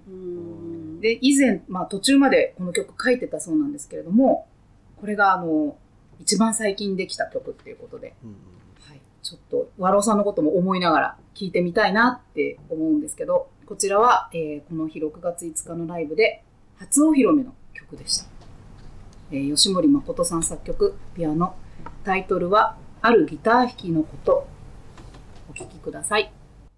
で、以前、途中までこの曲書いてたそうなんですけれども、これが一番最近できた曲っていうことで、はい、ちょっと和郎さんのことも思いながら聴いてみたいなって思うんですけど、こちらは、この日6月5日のライブで初お披露目の曲でした。吉森誠さん作曲、ピアノ、タイトルはあるギター弾きのこと。お聴きください。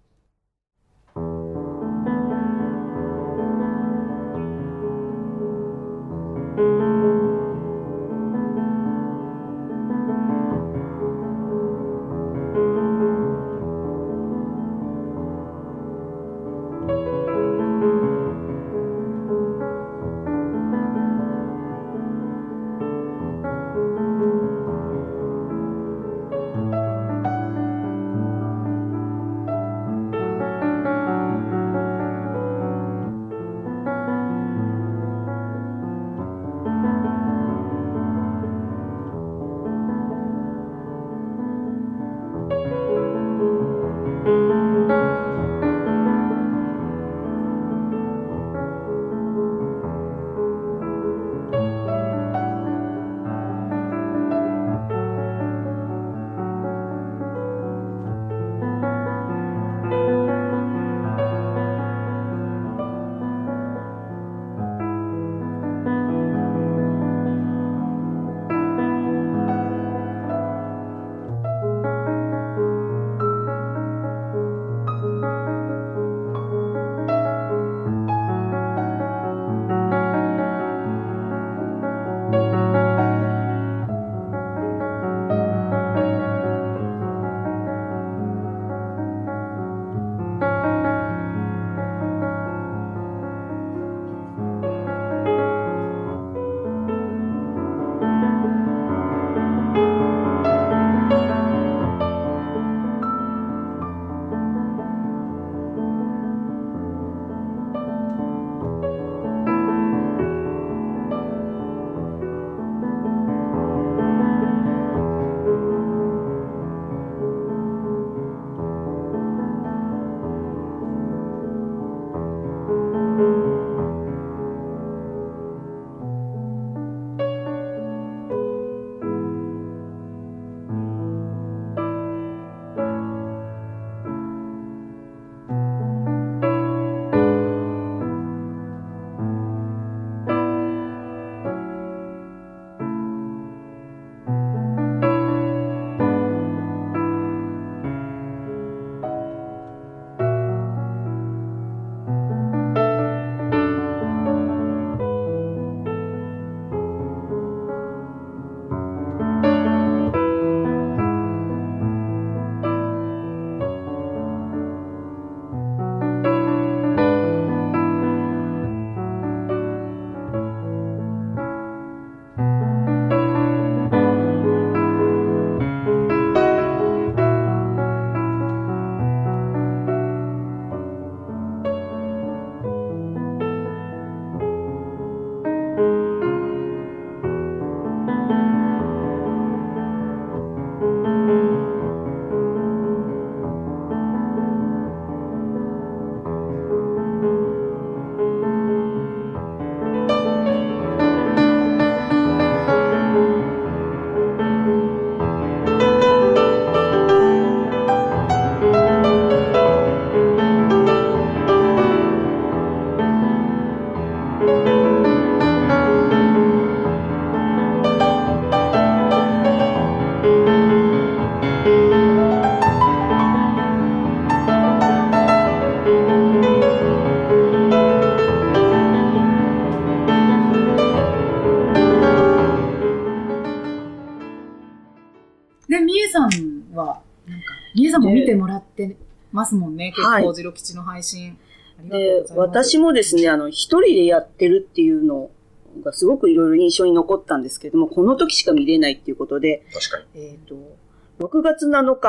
みえさんも見てもらってますもんね、結構、ジロ吉の配信。 で、私もですね、一人でやってるっていうのがすごくいろいろ印象に残ったんですけれども、この時しか見れないっていうことで、 確かに。 6月7日、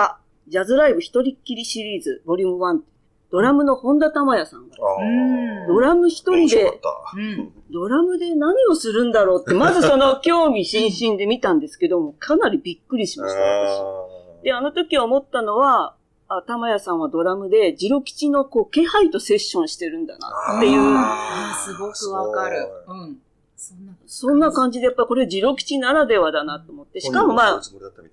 ジャズライブ一人っきりシリーズ、ボリューム1、ドラムの本田珠也さんが、ドラム一人で、ドラムで何をするんだろうって、まずその興味津々で見たんですけども、かなりびっくりしました、私。で、あの時思ったのは、玉谷さんはドラムで、ジロ吉のこう、気配とセッションしてるんだなっていう。 すごくわかる。 そんな感じで、やっぱこれジロ吉ならではだなと思って。しかもまあ、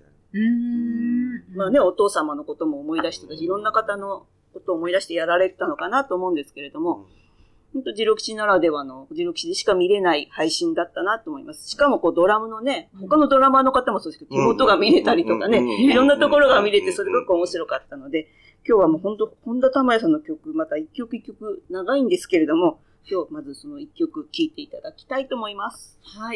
まあね、お父様のことも思い出してたし、いろんな方のことを思い出してやられたのかなと思うんですけれども、本当ジロ吉ならではの、ジロ吉でしか見れない配信だったなと思います。しかもこうドラムのね、他のドラマーの方もそうですけど、手元が見れたりとかね、いろんなところが見れて、それが面白かったので、今日はもう本当、本田珠也さんの曲、また一曲一曲長いんですけれども、今日まずその一曲聴いていただきたいと思います。 はい。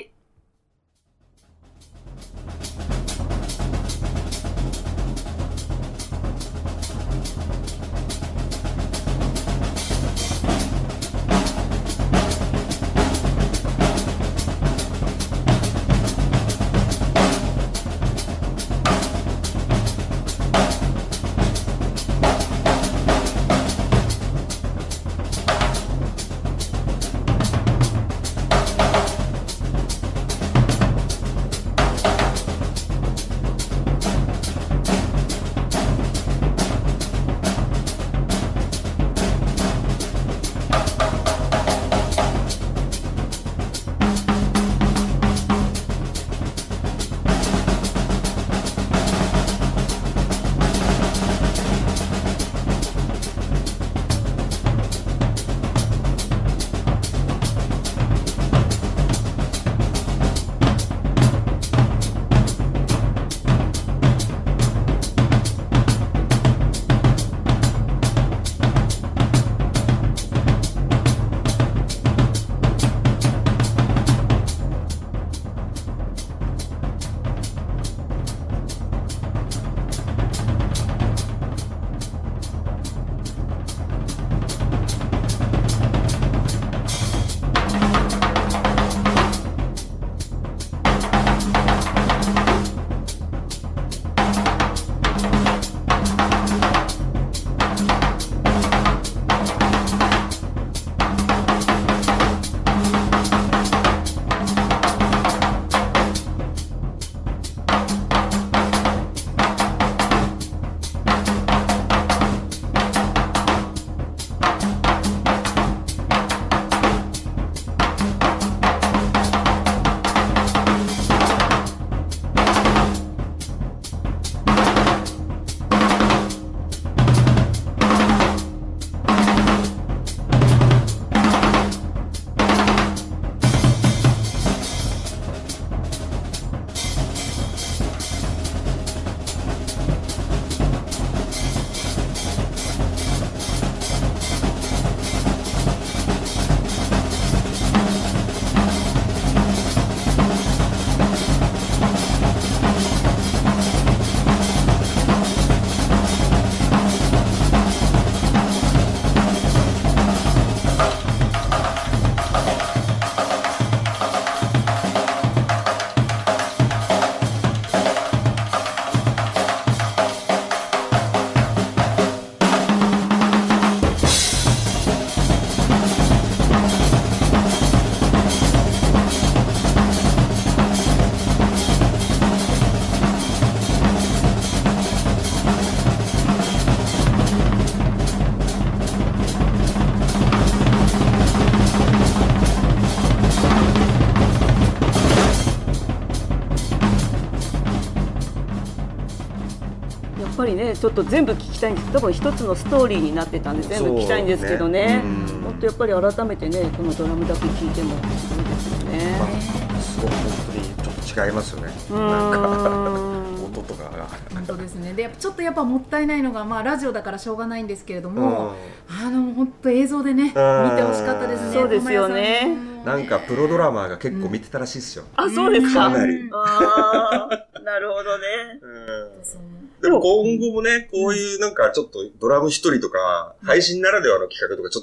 やっぱりね、ちょっと全部聞きたいんですけど、多分一つのストーリーになってたんで全部聞きたいんですけどね、本当やっぱり改めてね、このドラムだけ聞いてもすごいですよね。 すごく本当にちょっと違いますよね。なんか音とかが本当ですね。で、ちょっとやっぱもったいないのが、まあラジオだからしょうがないんですけれども、本当映像でね見てほしかったですね。 そうですよね。 なんかプロドラマーが結構見てたらしいですよ。 あ、そうですか。 かなり。 なるほどね。 でも今後もね、こういうなんかちょっとドラム一人とか、配信ならではの企画とかちょっと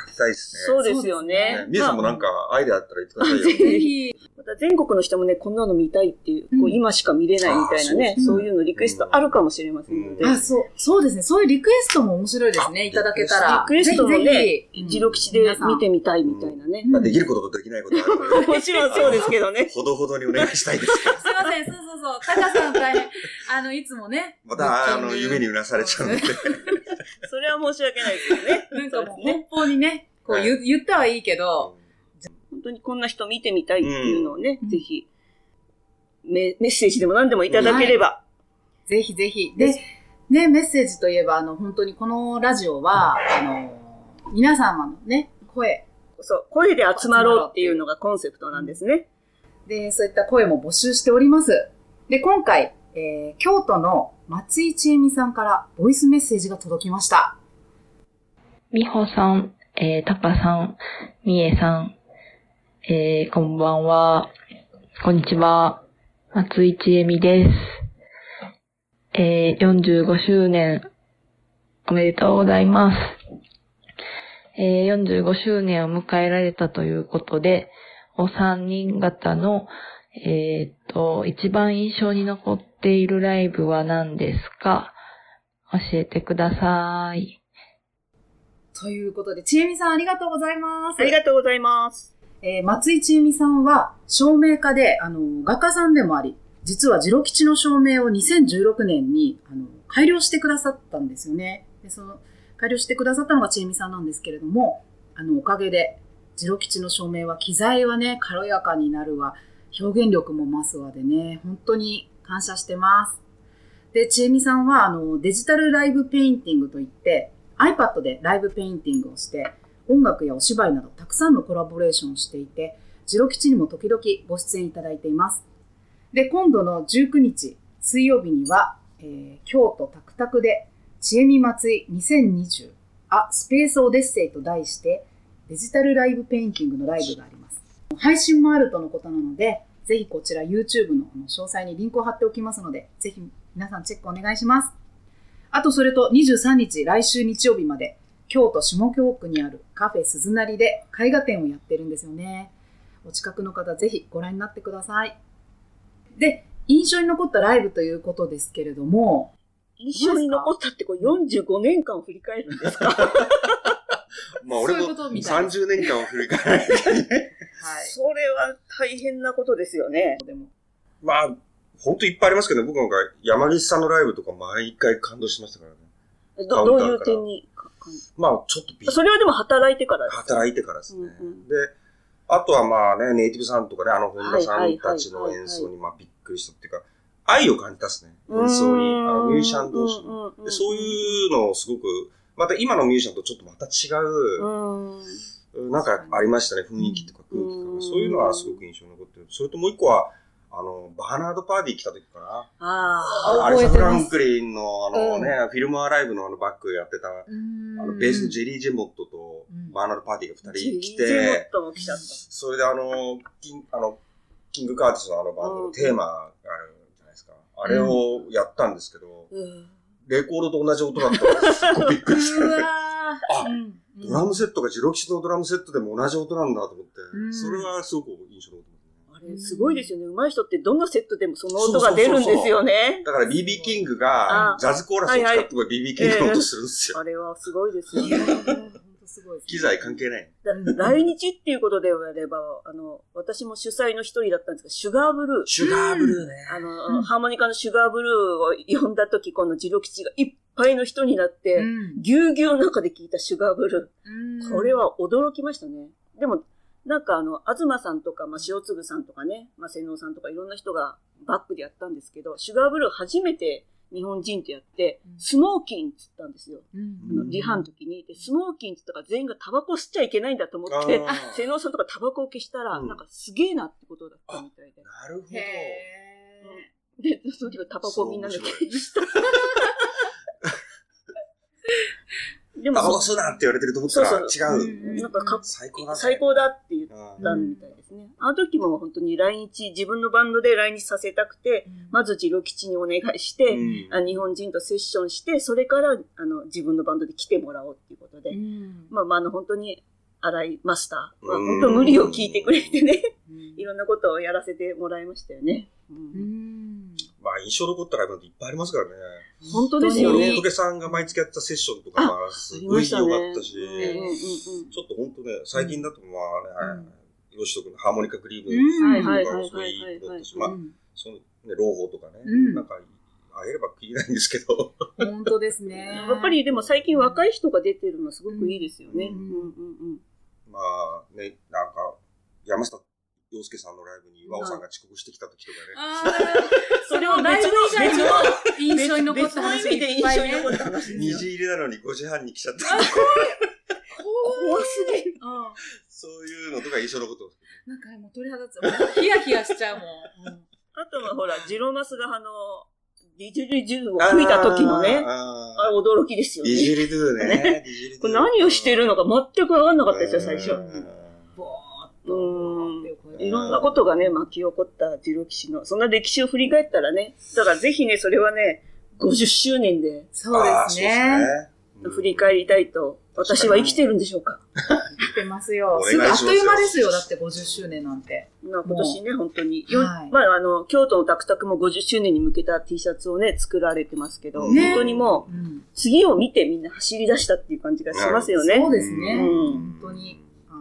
きたいですね。 そうですよね。 みえさんもなんかアイデアあったら言ってくださいよ。 ぜひ。 また全国の人もね、こんなの見たいっていう、こう今しか見れないみたいなね、そういうのリクエストあるかもしれませんので。 そうですね。そういうリクエストも面白いですね。いただけたら。 リクエストもね、ジロ吉で見てみたいみたいなね。 できることとできないことある。 もちろんそうですけどね。 ほどほどにお願いしたいです。 すいません、そう。タカさん大変。いつもね。 また、夢にうなされちゃうので。 それは申し訳ないですよね。 なんかもう、奔放にね、こう言ったはいいけど、 本当にこんな人見てみたいっていうのをね、ぜひ、メッセージでも何でもいただければ。 ぜひぜひ。で、ね、メッセージといえば、本当にこのラジオは、皆様のね、声で集まろうっていうのがコンセプトなんですね。 で、そういった声も募集しております。で、今回、京都の松井千恵美さんからボイスメッセージが届きました。 みほさん、たかさん、みえさん、こんばんは。こんにちは。松井千恵美です。45周年おめでとうございます。45周年を迎えられたということで、お三人方の、一番印象に残っているライブは何ですか？教えてください。 ということで、千恵美さんありがとうございます。 ありがとうございます。 松井千恵美さんは照明家で、画家さんでもあり、実はジロ吉の照明を2016年に、改良してくださったんですよね。で、その、改良してくださったのが千恵美さんなんですけれども、おかげで、ジロ吉の照明は機材はね、軽やかになるわ、表現力も増すわでね、本当に感謝してます。で、千恵美さんは、デジタルライブペインティングといって、iPad でライブペインティングをして、音楽やお芝居などたくさんのコラボレーションをしていて、ジロ吉にも時々ご出演いただいています。で、今度の19日、水曜日には、京都タクタクで、千恵美松井2020スペースオデッセイと題して、デジタルライブペインティングのライブがあります。配信もあるとのことなので、ぜひこちら YouTube の詳細にリンクを貼っておきますので、ぜひ皆さんチェックお願いします。あとそれと23日、来週日曜日まで、京都下京区にあるカフェ鈴なりで絵画展をやってるんですよね。お近くの方ぜひご覧になってください。で、印象に残ったライブということですけれども、 印象に残ったってこれ45年間を振り返るんですか？ まあ俺も30年間を振り返る。はい。 それは大変なことですよね。 まあ、ほんといっぱいありますけど、僕なんか山岸さんのライブとか毎回感動しましたからね。 どういう点にまあちょっとそれはでも働いてからですね。働いてからですね。で、あとはまあね、ネイティブさんとかね、本田さんたちの演奏にまあびっくりしたっていうか、愛を感じたですね。演奏に。ミュージシャン同士に。で、そういうのをすごく、また今のミュージシャンとちょっとまた違う、なんかありましたね、雰囲気とか空気とか。そういうのはすごく印象に残ってる。それともう一個は、バーナードパーティー来た時かな。アリサ・フランクリンのフィルムアライブのバックやってた、ベースのジェリー・ジェモットとバーナードパーティーが2人来て、 ジェリー・ジェモットも来ちゃった。 それでキング・カーティスのバンドのテーマがあるじゃないですか。あれをやったんですけど、レコードと同じ音だったのですっごいびっくりして。ドラムセットがジロ吉のドラムセットでも同じ音なんだと思って、それはすごく印象に残ってます。 すごいですよね。上手い人ってどのセットでもその音が出るんですよね。 だから BB キングがジャズコーラスを使っても BB キングの音するんですよ。 あれはすごいですよね。 機材関係ない。 来日っていうことであれば、私も主催の一人だったんですが、シュガーブルー。 シュガーブルーね。 ハーモニカのシュガーブルーを呼んだ時、このジロ吉がいっぱいの人になって、ぎゅうぎゅうの中で聴いたシュガーブルー。これは驚きましたね。でも、なんか東さんとか、塩粒さんとかね、瀬能さんとかいろんな人がバックでやったんですけど、シュガーブルー初めて日本人とやって、スモーキンって言ったんですよ。リハの時に。で、スモーキンって言ったから全員がタバコ吸っちゃいけないんだと思って、瀬能さんとかタバコを消したら、なんかすげえなってことだったみたいで。 なるほど。 で、その時はタバコをみんなで消した。 でもタバコ吸うなって言われてると思ったら違う。 なんか最高だって言っったみたいですね。あの時も本当に自分のバンドで来日させたくて、まず次郎吉にお願いして、日本人とセッションして、それから自分のバンドで来てもらおうっていうことで、本当に荒井マスターは本当無理を聞いてくれてね、いろんなことをやらせてもらいましたよね。 印象残ったライブなんていっぱいありますからね。 本当ですよね。 仏さんが毎月やったセッションとかがすごい良かったし、ちょっと本当ね、最近だとヨシト君のハーモニカクリームとかもすごいいいと思ったし、朗報とかね、なんか、会えればきりないんですけど。 本当ですね。 やっぱりでも最近若い人が出てるのすごくいいですよね。 なんか、山下洋介さんのライブに和尾さんが遅刻してきた時とかね。 それをライブ以外の印象に残った話がいっぱいね。 2時入りなのに5時半に来ちゃった。 怖すぎる。 そういうのとか印象残ってます。 なんかもう鳥肌つヒヤヒヤしちゃうもん。 あとはほら、ジロマスがディジュリドゥを吹いた時のね、驚きですよね。 ディジュリドゥね。 これ何をしてるのか全くわかんなかったですよ、最初。いろんなことがね、巻き起こったジロ騎士の、そんな歴史を振り返ったらね、だからぜひね、それはね、50周年で。 そうですね。 振り返りたいと、私は生きてるんでしょうか。 生きてますよ。すぐあっという間ですよ、だって50周年なんて。 今年ね、本当に。京都のタクタクも50周年に向けた T シャツをね、作られてますけど、本当にもう、次を見てみんな走り出したっていう感じがしますよね。 そうですね。本当に。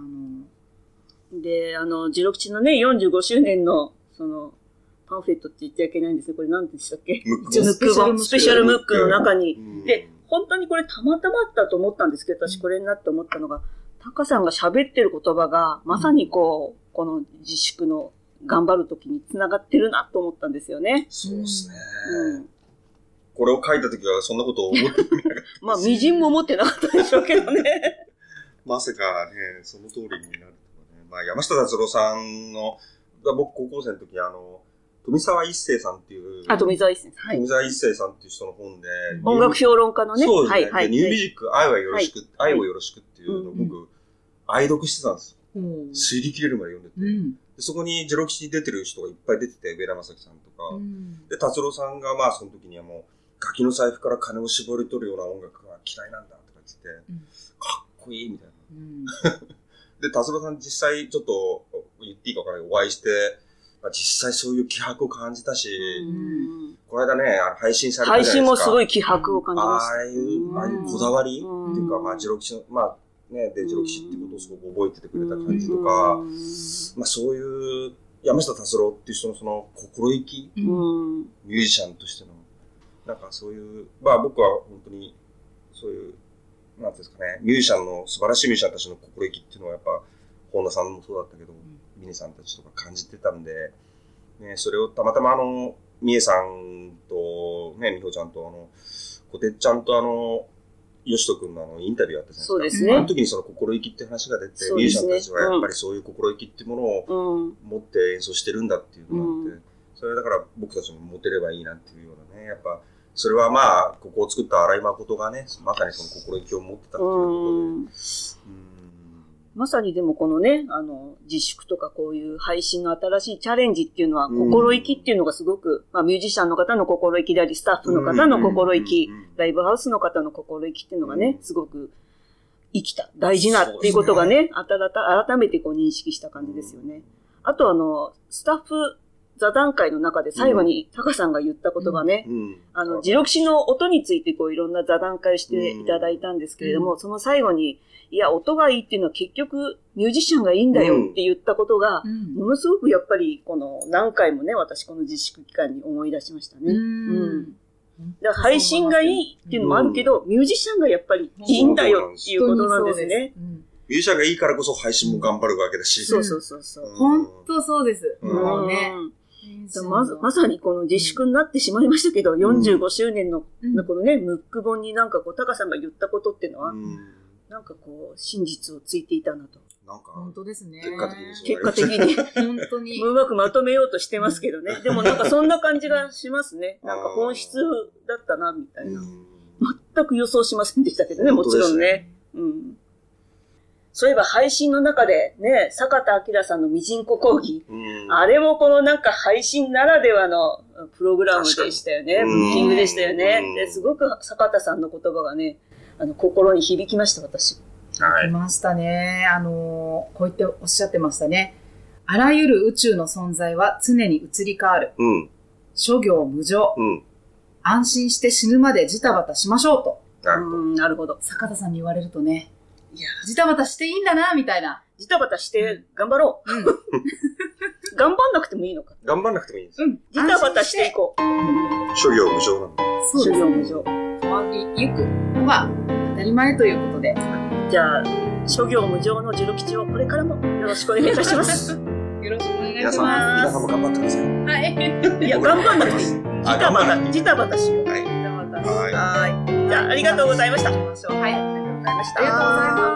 で、ジロ吉のね、45周年の、パンフレットって言っちゃいけないんですよ。これ何でしたっけ？スペシャルムックの中に。で、本当にこれたまたまだと思ったんですけど、私これになって思ったのが、タカさんが喋ってる言葉が、まさにこの自粛の頑張る時に繋がってるなと思ったんですよね。 そうですね。これを書いた時はそんなことを思ってみなかった。 微塵も思ってなかったでしょうけどね。 まさかね、その通りになるとかね。山下達郎さんの、僕高校生の時富澤一世さんっていう。 富澤一世。 はい。富澤一世さんっていう人の本で。 音楽評論家のね。 そうですね。ニューミュージック、愛をよろしくっていうのを僕、愛読してたんですよ。推理切れるまで読んでて。そこにジロ吉に出てる人がいっぱい出てて、上田正樹さんとか。で、達郎さんがその時にはもう、ガキの財布から金を絞り取るような音楽が嫌いなんだとか言ってて、かっこいいみたいな。で、達郎さん実際ちょっと言っていいか分からないけど、お会いして、実際そういう気迫を感じたし、この間ね、配信されたじゃないですか。 配信もすごい気迫を感じました。 ああいうこだわりっていうか、ジロ吉の、ジロ吉ってことをすごく覚えててくれた感じとか、そういう、山下達郎っていう人のその心意気、ミュージシャンとしての、なんかそういう、僕は本当に、そういう、なんていうんですかね、ミュージシャンの、素晴らしいミュージシャンたちの心意気っていうのはやっぱ、本田さんもそうだったけど、ミネさんたちとか感じてたんで、ね、それをたまたまミエさんと、ね、美穂ちゃんとこてっちゃんとよしとくんのインタビューあったじゃないですか。 そうですね。 あの時にその心意気って話が出て、ミュージシャンたちはやっぱりそういう心意気っていうものを持って演奏してるんだっていうのがあって、それだから僕たちも持てればいいなっていうようなね、やっぱ、それはここを作った荒井誠がね、まさにその心意気を持ってたっていうことで、 まさにでもこのね、自粛とかこういう配信の新しいチャレンジっていうのは、心意気っていうのがすごく、ミュージシャンの方の心意気であり、スタッフの方の心意気、ライブハウスの方の心意気っていうのがね、すごく生きた、大事なっていうことがね、改めてこう認識した感じですよね。あとスタッフ座談会の中で最後にタカさんが言った言葉ね、ジロキシの音についてこういろんな座談会をしていただいたんですけれども、その最後に、いや、音がいいっていうのは結局ミュージシャンがいいんだよって言ったことが、ものすごくやっぱり何回もね、私この自粛期間に思い出しましたね。だから配信がいいっていうのもあるけど、ミュージシャンがやっぱりいいんだよっていうことなんですね。 ミュージシャンがいいからこそ配信も頑張るわけだし。 そう。 本当そうです。もうね。 まさにこの自粛になってしまいましたけど、45周年のこのね、ムック本になんかこう、タカさんが言ったことっていうのは、なんかこう、真実をついていたなと。 なんか、 本当ですね。 結果的に。 本当に。 うまくまとめようとしてますけどね。でもなんかそんな感じがしますね。なんか本質だったな、みたいな。全く予想しませんでしたけどね、もちろんね。 そういえば配信の中でね、坂田明さんのミジンコ講義。あれもこのなんか配信ならではのプログラムでしたよね。ブッキングでしたよね。ですごく坂田さんの言葉がね、心に響きました、私。 響きましたね。こう言っておっしゃってましたね。あらゆる宇宙の存在は常に移り変わる。諸行無常。安心して死ぬまでジタバタしましょうと。 なるほど。 坂田さんに言われるとね、いや、ジタバタしていいんだな、みたいな。 ジタバタして頑張ろう。頑張んなくてもいいのか。 頑張んなくてもいいんです。 ジタバタしていこう。諸行無常なんで。 そうです。 諸行無常。 変わりゆくのが当たり前ということで。 じゃあ、諸行無常のジロ吉をこれからもよろしくお願いいたします。 よろしくお願いします。 皆さんも頑張ってください。 はい。 いや、頑張んなくていい。ジタバタしよう。 はい。ジタバタしよう。 はい。じゃあ、ありがとうございました。 はい。 ありがとうございました。 ありがとうございます。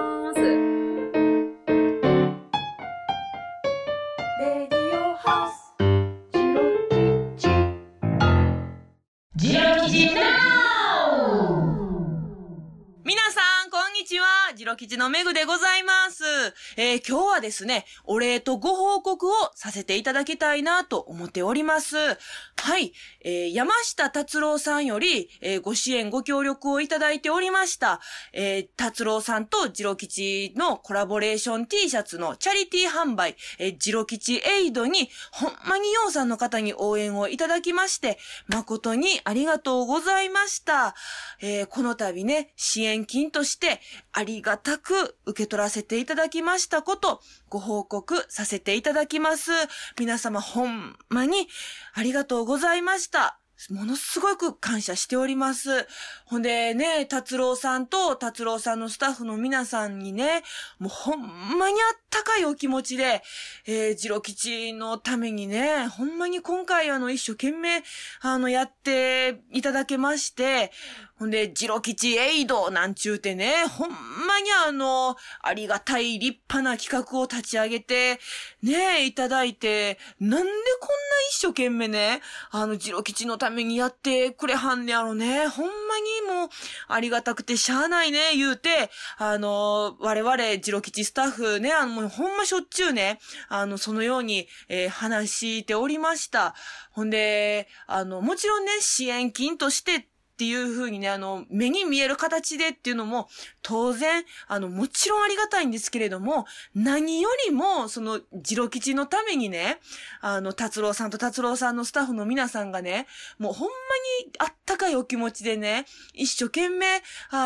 ジロ吉のめぐでございます。今日はですね、お礼とご報告をさせていただきたいなと思っております。はい。山下達郎さんより、ご支援ご協力をいただいておりました。達郎さんとジロ吉のコラボレーション T シャツのチャリティー販売、ジロ吉エイドに、ほんまにようさんの方に応援をいただきまして、誠にありがとうございました。この度ね、支援金として、ありがたく受け取らせていただきましたこと、ご報告させていただきます。皆様ほんまにありがとうございました。ものすごく感謝しております。ほんでね、達郎さんと達郎さんのスタッフの皆さんにね、もうほんまにあったかいお気持ちで、ジロ吉のためにね、ほんまに今回一生懸命、やっていただけまして、ほんで、ジロ吉エイドなんちゅうてね、ほんまにありがたい立派な企画を立ち上げて、ね、いただいて、なんでこんな一生懸命ね、ジロ吉のためにやってくれはんねやろね。ほんまにもう、ありがたくてしゃあないね、言うて、我々、ジロ吉スタッフね、もうほんましょっちゅうね、そのように、話しておりました。ほんで、もちろんね、支援金として、っていう風にね、目に見える形でっていうのも、当然、もちろんありがたいんですけれども、何よりも、ジロ吉のためにね、達郎さんと達郎さんのスタッフの皆さんがね、もうほんまにあったかいお気持ちでね、一生懸命、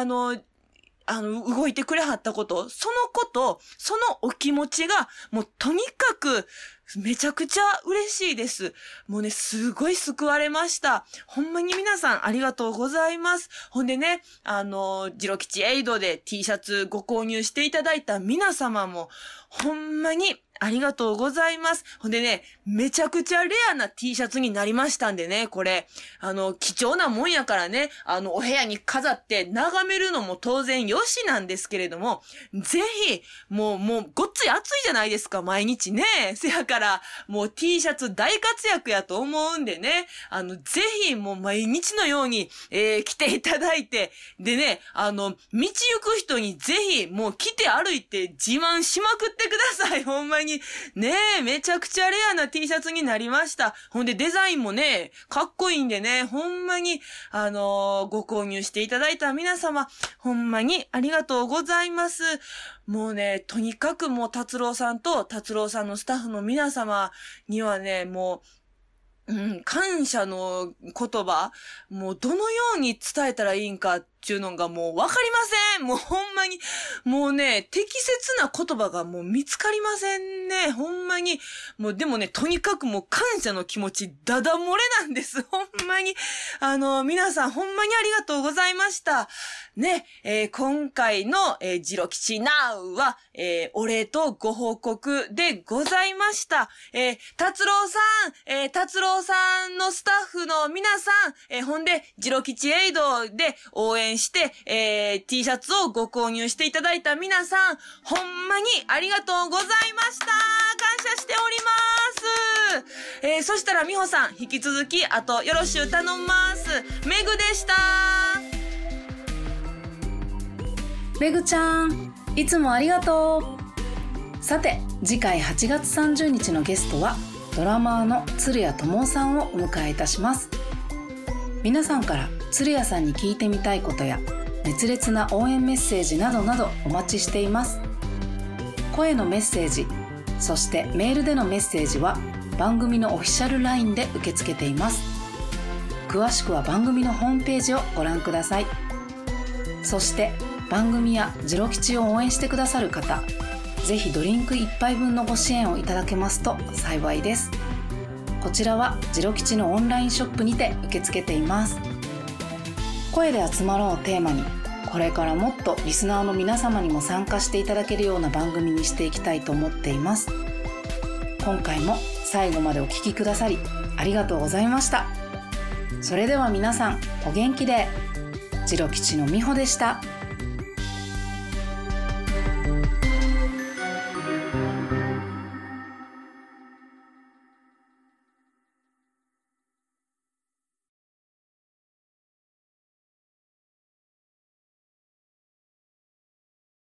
動いてくれはったこと、そのお気持ちが、もうとにかく、めちゃくちゃ嬉しいです。もうね、すごい救われました。ほんまに皆さんありがとうございます。ほんでね、ジロ吉エイドで T シャツご購入していただいた皆様も、ほんまにありがとうございます。ほんでね、めちゃくちゃレアな T シャツになりましたんでね、これ。貴重なもんやからね、お部屋に飾って眺めるのも当然よしなんですけれども、ぜひ、もう、ごっつい暑いじゃないですか、毎日ね。せやから、もう T シャツ大活躍やと思うんでね、ぜひ、もう毎日のように、来ていただいて、でね、道行く人にぜひ、もう来て歩いて自慢しまくってください、ほんまに。ねえ、めちゃくちゃレアな T シャツになりました。ほんでデザインもね、かっこいいんでね、ほんまに、ご購入していただいた皆様、ほんまにありがとうございます。もうね、とにかくもう達郎さんと達郎さんのスタッフの皆様にはね、もう、感謝の言葉、もうどのように伝えたらいいんかっていうのがもうわかりません。もうほんまに、もうね、適切な言葉がもう見つかりませんね。ほんまに。もうでもね、とにかくもう感謝の気持ち、ダダ漏れなんです。ほんまに。皆さんほんまにありがとうございました。ね、今回の、ジロ吉ナウは、お礼とご報告でございました。達郎さんのスタッフの皆さん、ほんで、ジロ吉エイドで応援して、T シャツをご購入していただいた皆さん、ほんまにありがとうございました。感謝しております。そしたら美穂さん、引き続き、あとよろしゅう頼んます。めぐでした。 めぐちゃん、 いつもありがとう。さて、次回8月30日のゲストはドラマーの鶴谷智さんをお迎えいたします。皆さんから鶴谷さんに聞いてみたいことや熱烈な応援メッセージなどなどお待ちしています。声のメッセージ、そしてメールでのメッセージは番組のオフィシャル LINE で受け付けています。詳しくは番組のホームページをご覧ください。そして番組やジロ吉を応援してくださる方、ぜひドリンク1杯分のご支援をいただけますと幸いです。こちらはジロ吉のオンラインショップにて受け付けています。声で集まろうをテーマに、これからもっとリスナーの皆様にも参加していただけるような番組にしていきたいと思っています。今回も最後までお聞きくださりありがとうございました。それでは皆さんお元気で。ジロ吉のみほでした。